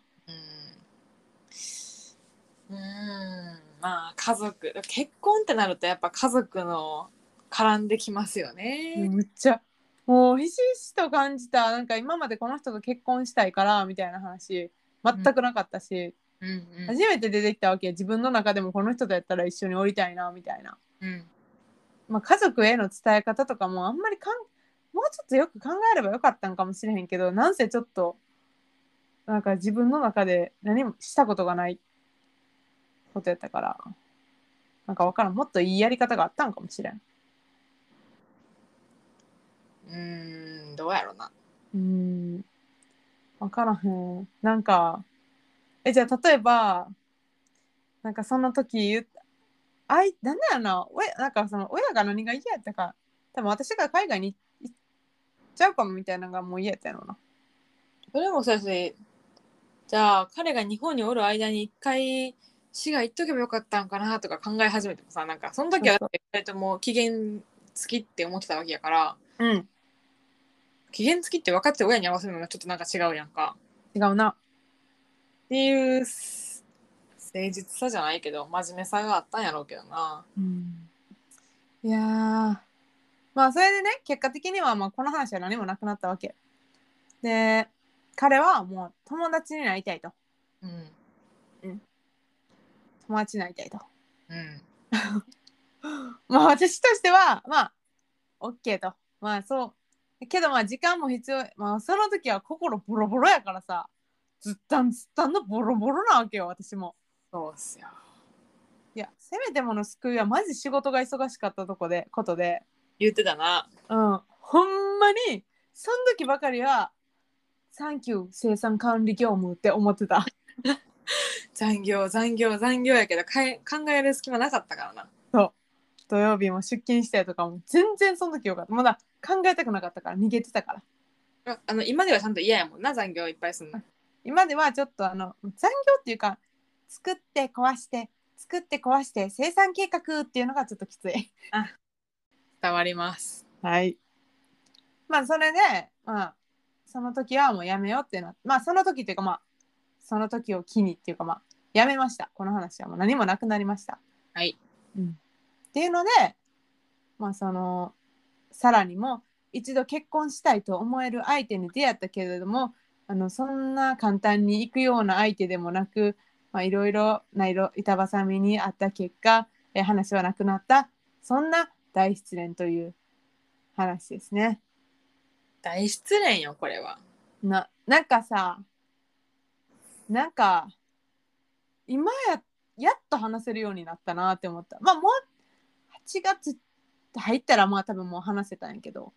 まあ家族結婚ってなるとやっぱ家族の絡んできますよね。 めっちゃもうひしひしと感じた。なんか今までこの人と結婚したいからみたいな話全くなかったし、初めて出てきたわけ。自分の中でもこの人とやったら一緒におりたいなみたいな、まあ、家族への伝え方とかもあんまりもうちょっとよく考えればよかったんかもしれへんけどなんせちょっとなんか自分の中で何もしたことがないことやったからなんか分からん、もっといいやり方があったんかもしれん。 どうやろな。 分からへん。なんかじゃあ例えばなんかその時なんだよな、なんかその親が何が嫌やったか多分私が海外に行っちゃうかもみたいなのがもう嫌やったやろな。 それもそうやし、じゃあ彼が日本におる間に一回市が行っとけばよかったんかなとか考え始めてもさ、なんかその時は2人とも期限付きって思ってたわけやから、期限付きって分かって親に合わせるのがちょっとなんか違うやんか。 違うなっていう誠実さじゃないけど真面目さがあったんやろうけどな。 いやまあそれでね結果的にはまあこの話は何もなくなったわけで、彼はもう友達になりたいと、友達になりたいと、まあ私としてはまあ OK と、まあそうけどまあ時間も必要、まあその時は心ボロボロやからさ、ずったんのボロボロなわけよ私も。 そうっすよ。 いやせめてもの救いはマジ仕事が忙しかったことで言ってたな。 ほんまにその時ばかりはサンキュー生産管理業務って思ってた。 残業やけど考える隙間なかったからな。 そう土曜日も出勤したりとかも全然その時よかった。まだ考えたくなかったから逃げてたから。 今ではちゃんと嫌やもんな、残業いっぱいすんの。 今ではちょっと残業っていうか作って壊して生産計画っていうのがちょっときつい。 伝わります。 はい。まあそれでまあその時はもうやめようってなって、まあその時っていうかまあその時を機にっていうかまあやめました。この話はもう何もなくなりました。 はい。 っていうのでまあさらにも一度結婚したいと思える相手に出会ったけれどもそんな簡単に行くような相手でもなくいろいろな板挟みにあった結果話はなくなった、そんな大失恋という話ですね。 大失恋よこれは。 なんかさなんか今やっと話せるようになったなって思った。まあもう8月入ったらまあ多分もう話せたんやけど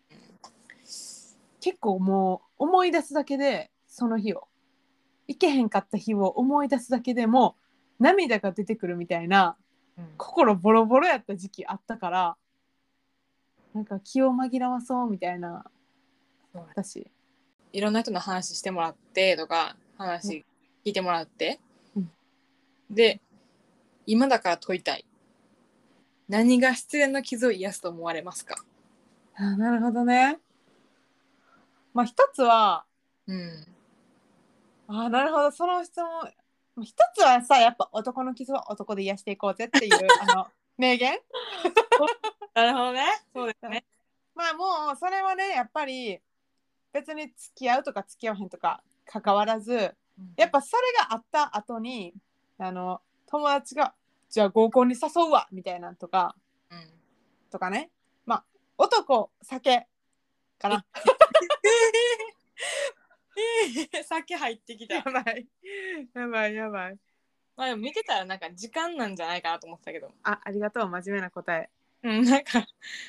結構もう思い出すだけでその日を行けへんかった日を思い出すだけでも涙が出てくるみたいな、心ボロボロやった時期あったからなんか気を紛らわそうみたいな。私いろんな人の話してもらってとか話聞いてもらって、で今だから問いたい。何が失恋の傷を癒すと思われますか？ なるほどね。まあ一つはなるほどその質問一つはさやっぱ男の傷は男で癒していこうぜっていう名言なるほどね。そうですね。 まあもうそれはねやっぱり別に付き合うとか付き合わへんとか関わらず、やっぱそれがあった後に友達がじゃあ合コンに誘うわみたいなとか、 うん、 とかね。まあ男酒かな。 酒入ってきた。 やばいやばいやばい。 まあでも見てたらなんか時間なんじゃないかなと思ってたけど。 ありがとう、真面目な答え。 なんか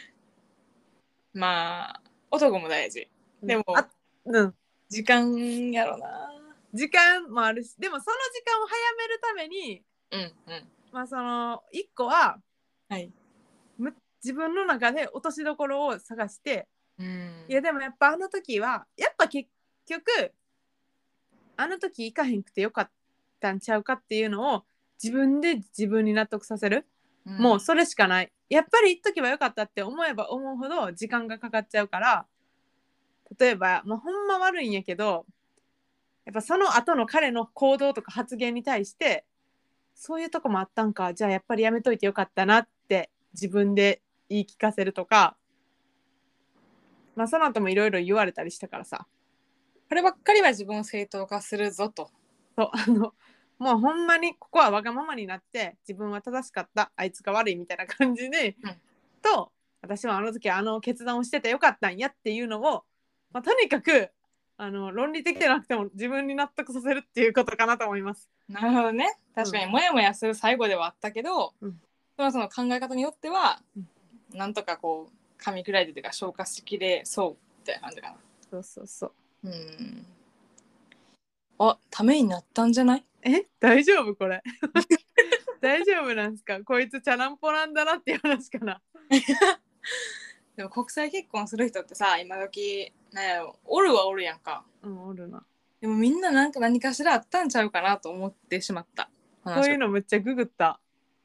まあ男も大事。でも、時間やろな。 時間もあるし、でもその時間を早めるために、まあその1個は、 はい、 自分の中で落としどころを探して、 いやでもやっぱあの時はやっぱ結局あの時行かへんくてよかったんちゃうかっていうのを自分で自分に納得させる、もうそれしかない。やっぱり行っとけばよかったって思えば思うほど時間がかかっちゃうから、例えば、ほんま悪いんやけど、やっぱその後の彼の行動とか発言に対してそういうとこもあったんか、じゃあやっぱりやめといてよかったなって自分で言い聞かせるとか、その後もいろいろ言われたりしたからさ、 こればっかりは自分を正当化するぞと。 そうもうほんまにここはわがままになって自分は正しかった、あいつが悪いみたいな感じで、と私はあの時あの決断をしててよかったんやっていうのを、とにかく論理的でなくても自分に納得させるっていうことかなと思います。 なるほどね。確かにモヤモヤする最後ではあったけど、その考え方によっては、なんとかこう噛み砕いてというか消化しきれそうって感じかな。 そう。 ためになったんじゃない？ 大丈夫これ大丈夫なんすか？こいつチャランポランだなっていう話かなでも国際結婚する人ってさ、今時なんやろ、おるはおるやんか。 おるな。 でもみんななんか何かしらあったんちゃうかなと思ってしまった。 そういうのめっちゃググった。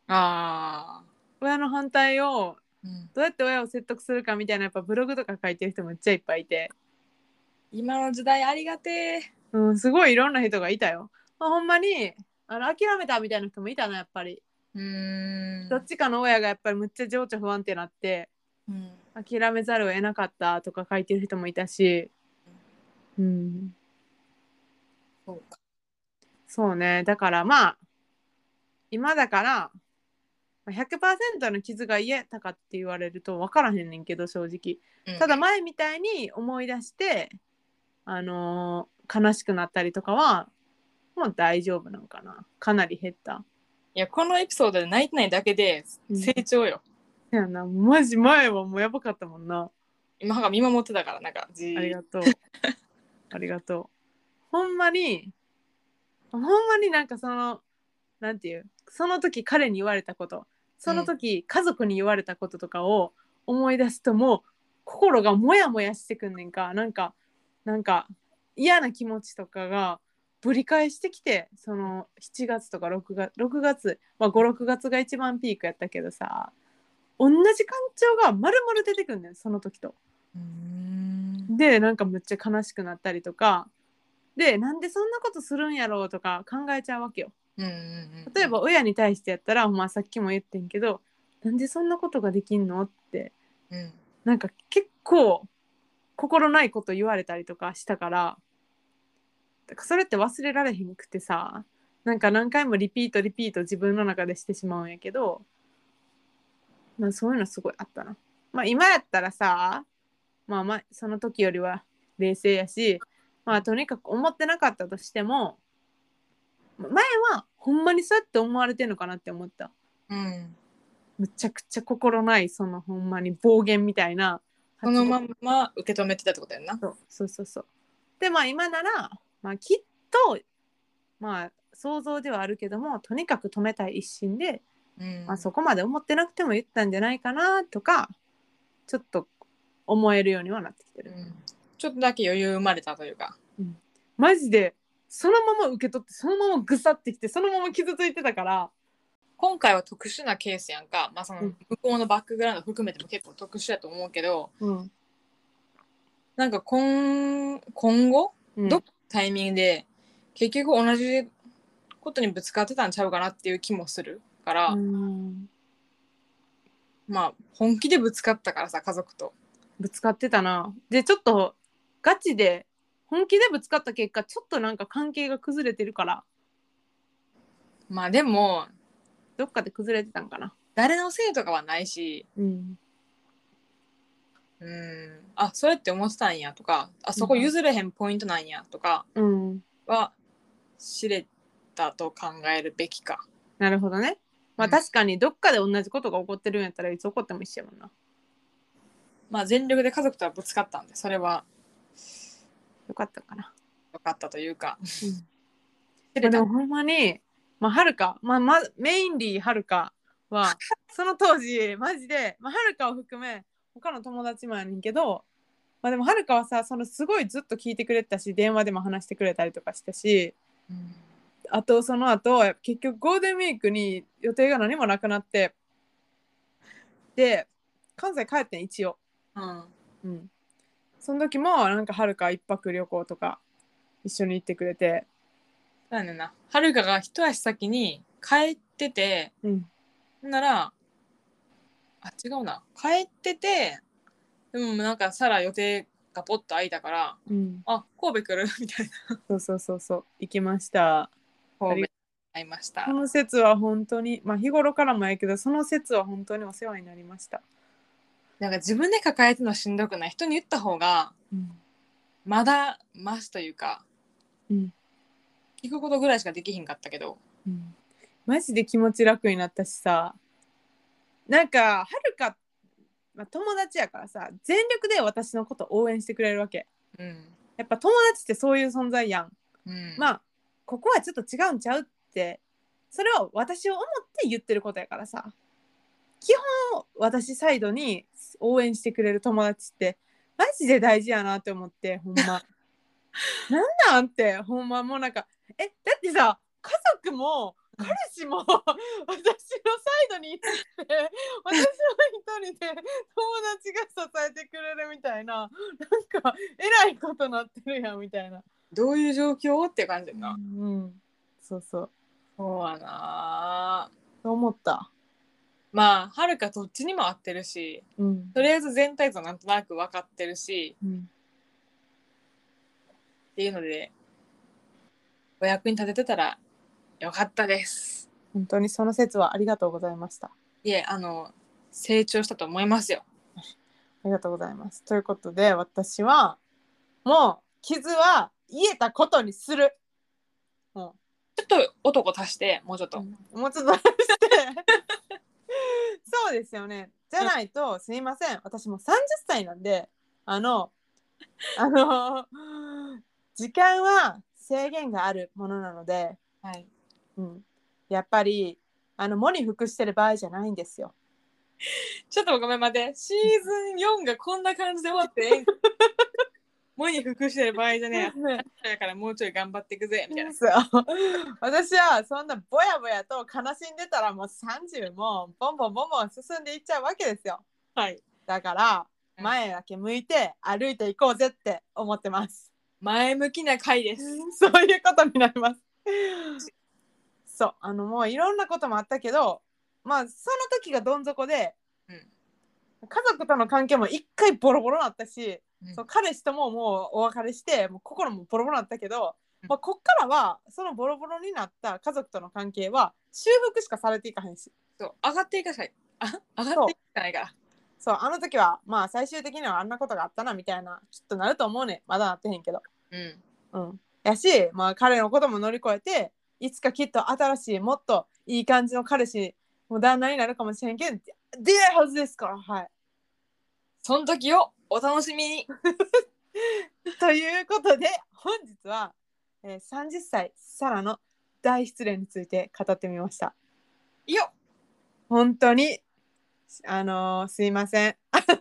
親の反対をどうやって親を説得するかみたいな、やっぱブログとか書いてる人めっちゃいっぱいいて、 今の時代ありがてすごいいろんな人がいたよ。ほんまに諦めたみたいな人もいたな、やっぱり。どっちかの親がやっぱりむっちゃ情緒不安定になって、諦めざるを得なかったとか書いてる人もいたし、 そうか。 そうね。だから今だから100% の傷が癒えたかって言われると分からへんねんけど、正直。ただ前みたいに思い出して悲しくなったりとかはもう大丈夫なのかな。かなり減った。 いや、このエピソードで泣いてないだけで成長よ。 やな、マジ前はもうやばかったもんな。 今が見守ってたから、なんかありがとうありがとう。ほんまになんかなんていう、その時彼に言われたこと、その時家族に言われたこととかを思い出すと、もう心がモヤモヤしてくんねんか。なんか嫌な気持ちとかがぶり返してきて、その7月とか6月、5、6月が一番ピークやったけどさ、同じ感情が丸々出てくんねん、その時と。でなんかむっちゃ悲しくなったりとかで、なんでそんなことするんやろうとか考えちゃうわけよ。例えば親に対してやったら、さっきも言ってんけど、なんでそんなことができんのって、なんか結構心ないこと言われたりとかしたから、だからそれって忘れられへんくてさ、なんか何回もリピート自分の中でしてしまうんやけど、そういうのすごいあったな。今やったらさ、その時よりは冷静やし、とにかく思ってなかったとしても、前はほんまにそうやって思われてんのかなって思った。むちゃくちゃ心ない、そのほんまに暴言みたいな、 そのまんま受け止めてたってことやんな。 そうで今なら、きっと想像ではあるけども、とにかく止めたい一心で、そこまで思ってなくても言ったんじゃないかなとか、ちょっと思えるようにはなってきてる。 ちょっとだけ余裕生まれたというか、 マジでそのまま受け取って、そのままぐさってきて、そのまま傷ついてたから。 今回は特殊なケースやんか。その向こうのバックグラウンド含めても結構特殊やと思うけど、なんか今後、どっかのタイミングで結局同じことにぶつかってたんちゃうかなっていう気もするから、本気でぶつかったからさ、家族とぶつかってたな。でちょっとガチで本気でぶつかった結果、ちょっとなんか関係が崩れてるから。 まあでもどっかで崩れてたんかな。 誰のせいとかはないし、あ、それって思ってたんやとか、あそこ譲れへんポイントなんやとかは知れたと考えるべきか。 なるほどね。まあ確かにどっかで同じことが起こってるんやったらいつ起こっても一緒やもんな。 まあ全力で家族とはぶつかったんで、それはよかったかな。 よかったというか。 でもほんまに、はるか、メインリーはるかは、その当時、マジで、はるかを含め、他の友達もやねんけど、でもはるかはさ、すごいずっと聞いてくれたし、電話でも話してくれたりとかしたし、あとその後、結局ゴールデンウィークに予定が何もなくなって、で、関西帰ってん、一応。その時も、なんかはるか一泊旅行とか、一緒に行ってくれて。 そうやねんな。はるかが一足先に帰ってて、なら、違うな。帰ってて、でもなんかさら予定がポッと空いたから、あ、神戸来るみたいな。そう行きました。 神戸会いました。 その説は本当に、日頃からもやけど、その説は本当にお世話になりました。 なんか自分で抱えてのしんどくない、人に言った方がまだマシというか、聞くことぐらいしかできひんかったけど、 マジで気持ち楽になったしさ、なんかはるか、友達やからさ、全力で私のこと応援してくれるわけ。やっぱ友達ってそういう存在やん。ここはちょっと違うんちゃうって、それを私を思って言ってることやからさ、基本私サイドに応援してくれる友達ってマジで大事やなって思って、ほんまなんってほんま、もうなんかだってさ、家族も彼氏も私のサイドにいて、私の一人で友達が支えてくれるみたいな、なんかえらいことなってるやんみたいな。 どういう状況って感じだな。 そうやな。 そう思った。 はるかどっちにも合ってるし、とりあえず全体像なんとなく分かってるし、っていうのでお役に立ててたらよかったです。 本当にその説はありがとうございました。 いえ、成長したと思いますよ。 ありがとうございます。ということで、私はもう傷は癒えたことにする。 ちょっと男足して、もうちょっと、 もうちょっと足してそうですよね。じゃないと、すいません、私もう30歳なんで、時間は制限があるものなので、やっぱり喪に服してる場合じゃないんですよ。 ちょっとごめん待って、シーズン4がこんな感じで終わって喪に服してる場合じゃねえだからもうちょい頑張っていくぜみたいな。 私はそんなぼやぼやと悲しんでたらもう30もボンボン進んでいっちゃうわけですよ。だから前だけ向いて歩いていこうぜって思ってます。 前向きな回です。 そういうことになります。そうもういろんなこともあったけど、その時がどん底で、家族との関係も一回ボロボロなったし、そう彼氏とももうお別れしてもう心もボロボロなったけど、こっからはそのボロボロになった家族との関係は修復しかされていかへんし、 そう上がっていかない上がっていかないから、 そうあの時は最終的にはあんなことがあったなみたいなきっとなると思うね。まだなってへんけど、やし、彼のことも乗り越えていつかきっと新しいもっといい感じの彼氏も旦那になるかもしれんけど出会いはずですから。 その時をお楽しみにということで本日は、30歳サラの大失恋について語ってみました。 よっ、 本当にすいません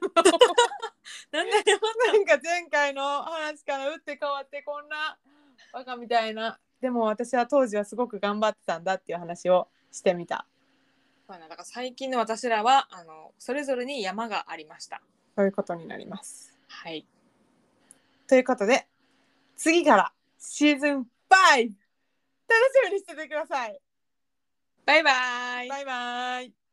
なんか前回の話から打って変わってこんなバカみたいな。でも私は当時はすごく頑張ってたんだっていう話をしてみた。 だから最近の私らはそれぞれに山がありました。 そういうことになります。ということで次からシーズン5楽しみにしててください。 バイバイ。 バイバイ。